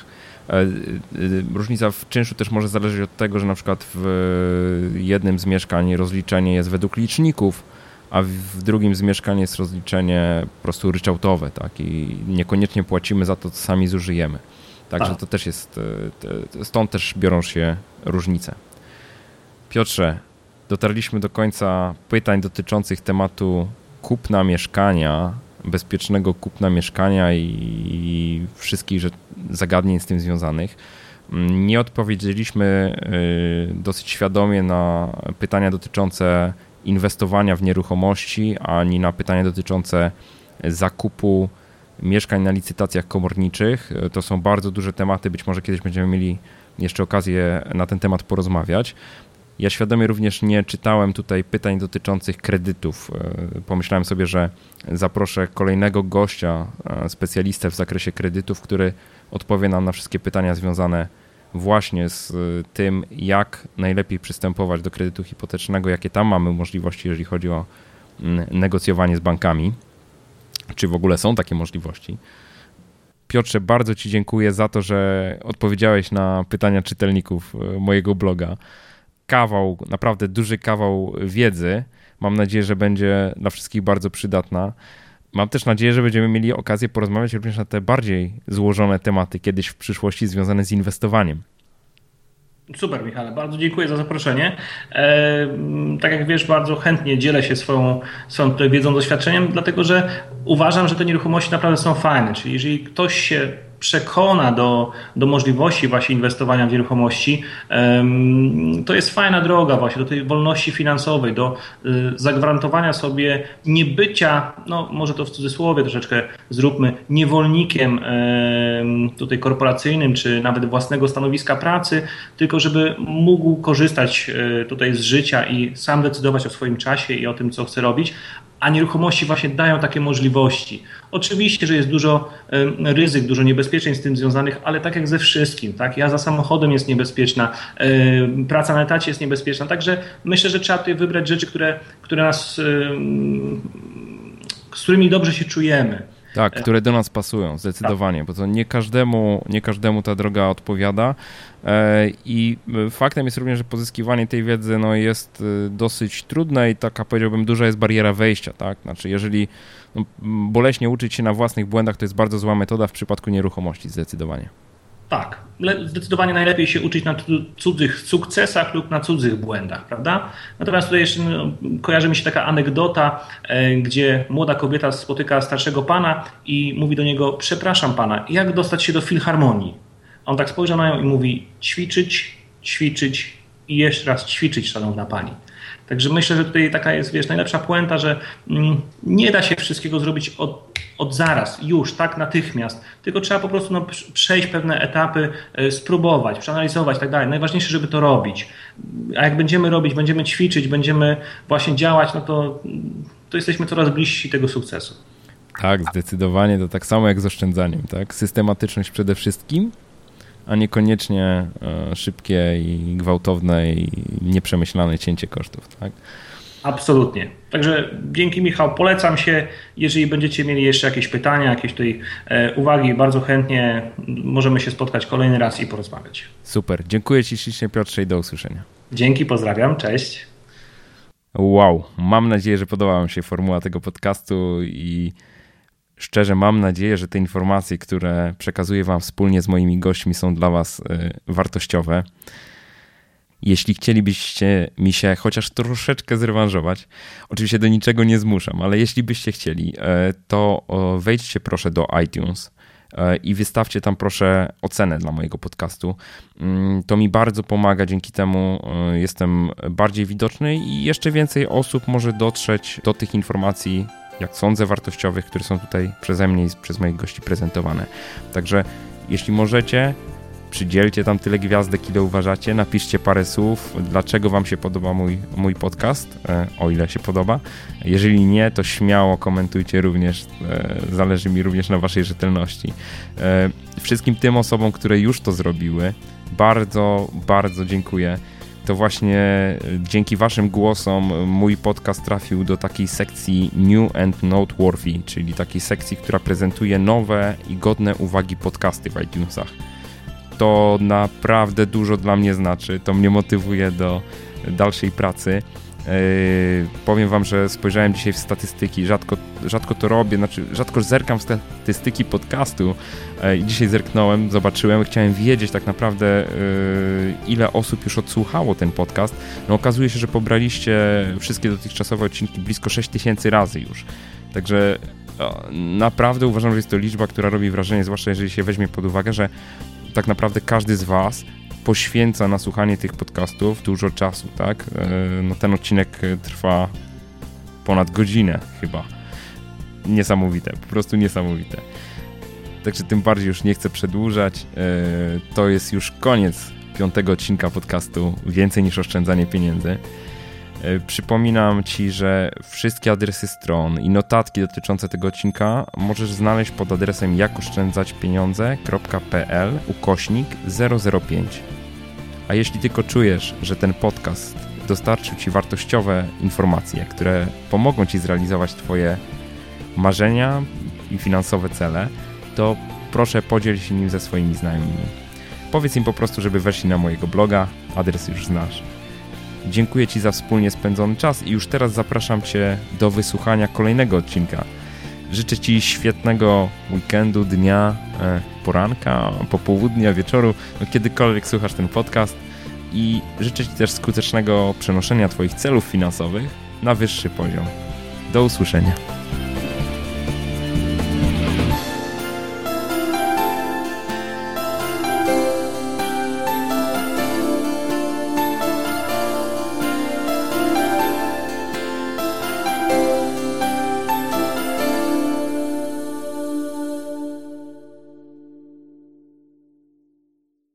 Speaker 1: Różnica w czynszu też może zależeć od tego, że na przykład w jednym z mieszkań rozliczenie jest według liczników, a w drugim z mieszkań jest rozliczenie po prostu ryczałtowe, tak? I niekoniecznie płacimy za to, co sami zużyjemy. Także to też jest, stąd też biorą się różnice. Piotrze, dotarliśmy do końca pytań dotyczących tematu kupna mieszkania, bezpiecznego kupna mieszkania i wszystkich zagadnień z tym związanych. Nie odpowiedzieliśmy dosyć świadomie na pytania dotyczące inwestowania w nieruchomości, ani na pytania dotyczące zakupu mieszkań na licytacjach komorniczych. To są bardzo duże tematy, być może kiedyś będziemy mieli jeszcze okazję na ten temat porozmawiać. Ja świadomie również nie czytałem tutaj pytań dotyczących kredytów. Pomyślałem sobie, że zaproszę kolejnego gościa, specjalistę w zakresie kredytów, który odpowie nam na wszystkie pytania związane właśnie z tym, jak najlepiej przystępować do kredytu hipotecznego, jakie tam mamy możliwości, jeżeli chodzi o negocjowanie z bankami. Czy w ogóle są takie możliwości? Piotrze, bardzo Ci dziękuję za to, że odpowiedziałeś na pytania czytelników mojego bloga. Naprawdę duży kawał wiedzy. Mam nadzieję, że będzie dla wszystkich bardzo przydatna. Mam też nadzieję, że będziemy mieli okazję porozmawiać również na te bardziej złożone tematy kiedyś w przyszłości związane z inwestowaniem.
Speaker 2: Super, Michale, bardzo dziękuję za zaproszenie. Tak jak wiesz, bardzo chętnie dzielę się swoją tutaj wiedzą, doświadczeniem, dlatego że uważam, że te nieruchomości naprawdę są fajne. Czyli jeżeli ktoś się przekona do możliwości właśnie inwestowania w nieruchomości, to jest fajna droga właśnie do tej wolności finansowej, do zagwarantowania sobie niebycia, no może to w cudzysłowie troszeczkę zróbmy, niewolnikiem tutaj korporacyjnym, czy nawet własnego stanowiska pracy, tylko żeby mógł korzystać tutaj z życia i sam decydować o swoim czasie i o tym, co chce robić, a nieruchomości właśnie dają takie możliwości. Oczywiście, że jest dużo ryzyk, dużo niebezpieczeństw z tym związanych, ale tak jak ze wszystkim, tak? Jazda samochodem jest niebezpieczna, praca na etacie jest niebezpieczna, także myślę, że trzeba tutaj wybrać rzeczy, które nas, z którymi dobrze się czujemy.
Speaker 1: Tak, które do nas pasują, zdecydowanie, bo to nie każdemu ta droga odpowiada i faktem jest również, że pozyskiwanie tej wiedzy jest dosyć trudne i taka, powiedziałbym, duża jest bariera wejścia, tak? Znaczy, jeżeli boleśnie uczyć się na własnych błędach, to jest bardzo zła metoda w przypadku nieruchomości, zdecydowanie.
Speaker 2: Tak, zdecydowanie najlepiej się uczyć na cudzych sukcesach lub na cudzych błędach, prawda? Natomiast tutaj jeszcze kojarzy mi się taka anegdota, gdzie młoda kobieta spotyka starszego pana i mówi do niego: przepraszam pana, jak dostać się do filharmonii? On tak spojrzał na nią i mówi: ćwiczyć, ćwiczyć i jeszcze raz ćwiczyć, szanowna pani. Także myślę, że tutaj taka jest, najlepsza puenta, że nie da się wszystkiego zrobić od zaraz, już, tak, natychmiast, tylko trzeba po prostu przejść pewne etapy, spróbować, przeanalizować i tak dalej. Najważniejsze, żeby to robić. A jak będziemy robić, będziemy ćwiczyć, będziemy właśnie działać, to jesteśmy coraz bliżsi tego sukcesu.
Speaker 1: Tak, zdecydowanie, to tak samo jak z oszczędzaniem, tak? Systematyczność przede wszystkim, a niekoniecznie szybkie i gwałtowne i nieprzemyślane cięcie kosztów, tak?
Speaker 2: Absolutnie. Także dzięki, Michał, polecam się. Jeżeli będziecie mieli jeszcze jakieś pytania, jakieś tutaj uwagi, bardzo chętnie możemy się spotkać kolejny raz i porozmawiać.
Speaker 1: Super. Dziękuję Ci ślicznie, Piotrze, i do usłyszenia.
Speaker 2: Dzięki, pozdrawiam. Cześć.
Speaker 1: Wow. Mam nadzieję, że podobała mi się formuła tego podcastu i szczerze mam nadzieję, że te informacje, które przekazuję Wam wspólnie z moimi gośćmi, są dla Was wartościowe. Jeśli chcielibyście mi się chociaż troszeczkę zrewanżować, oczywiście do niczego nie zmuszam, ale jeśli byście chcieli, to wejdźcie proszę do iTunes i wystawcie tam proszę ocenę dla mojego podcastu. To mi bardzo pomaga, dzięki temu jestem bardziej widoczny i jeszcze więcej osób może dotrzeć do tych informacji, jak sądzę, wartościowych, które są tutaj przeze mnie i przez moich gości prezentowane. Także jeśli możecie, przydzielcie tam tyle gwiazdek, ile uważacie, napiszcie parę słów, dlaczego Wam się podoba mój podcast, o ile się podoba. Jeżeli nie, to śmiało komentujcie również, zależy mi również na Waszej rzetelności. Wszystkim tym osobom, które już to zrobiły, bardzo, bardzo dziękuję. To właśnie dzięki Waszym głosom mój podcast trafił do takiej sekcji New and Noteworthy, czyli takiej sekcji, która prezentuje nowe i godne uwagi podcasty w iTunesach. To naprawdę dużo dla mnie znaczy, to mnie motywuje do dalszej pracy. Powiem Wam, że spojrzałem dzisiaj w statystyki, rzadko to robię, rzadko zerkam w statystyki podcastu i dzisiaj zerknąłem, zobaczyłem, chciałem wiedzieć tak naprawdę ile osób już odsłuchało ten podcast. No okazuje się, że pobraliście wszystkie dotychczasowe odcinki blisko 6000 razy już, także naprawdę uważam, że jest to liczba, która robi wrażenie, zwłaszcza jeżeli się weźmie pod uwagę, że tak naprawdę każdy z Was poświęca na słuchanie tych podcastów dużo czasu, tak? No ten odcinek trwa ponad godzinę chyba. Niesamowite, po prostu niesamowite. Także tym bardziej już nie chcę przedłużać. To jest już koniec 5. odcinka podcastu Więcej niż oszczędzanie pieniędzy. Przypominam Ci, że wszystkie adresy stron i notatki dotyczące tego odcinka możesz znaleźć pod adresem jakoszczędzaćpieniądze.pl/005. A jeśli tylko czujesz, że ten podcast dostarczył Ci wartościowe informacje, które pomogą Ci zrealizować Twoje marzenia i finansowe cele, to proszę podziel się nim ze swoimi znajomymi. Powiedz im po prostu, żeby weszli na mojego bloga, adres już znasz. Dziękuję Ci za wspólnie spędzony czas i już teraz zapraszam Cię do wysłuchania kolejnego odcinka. Życzę Ci świetnego weekendu, dnia, poranka, popołudnia, wieczoru, kiedykolwiek słuchasz ten podcast i życzę Ci też skutecznego przenoszenia Twoich celów finansowych na wyższy poziom. Do usłyszenia.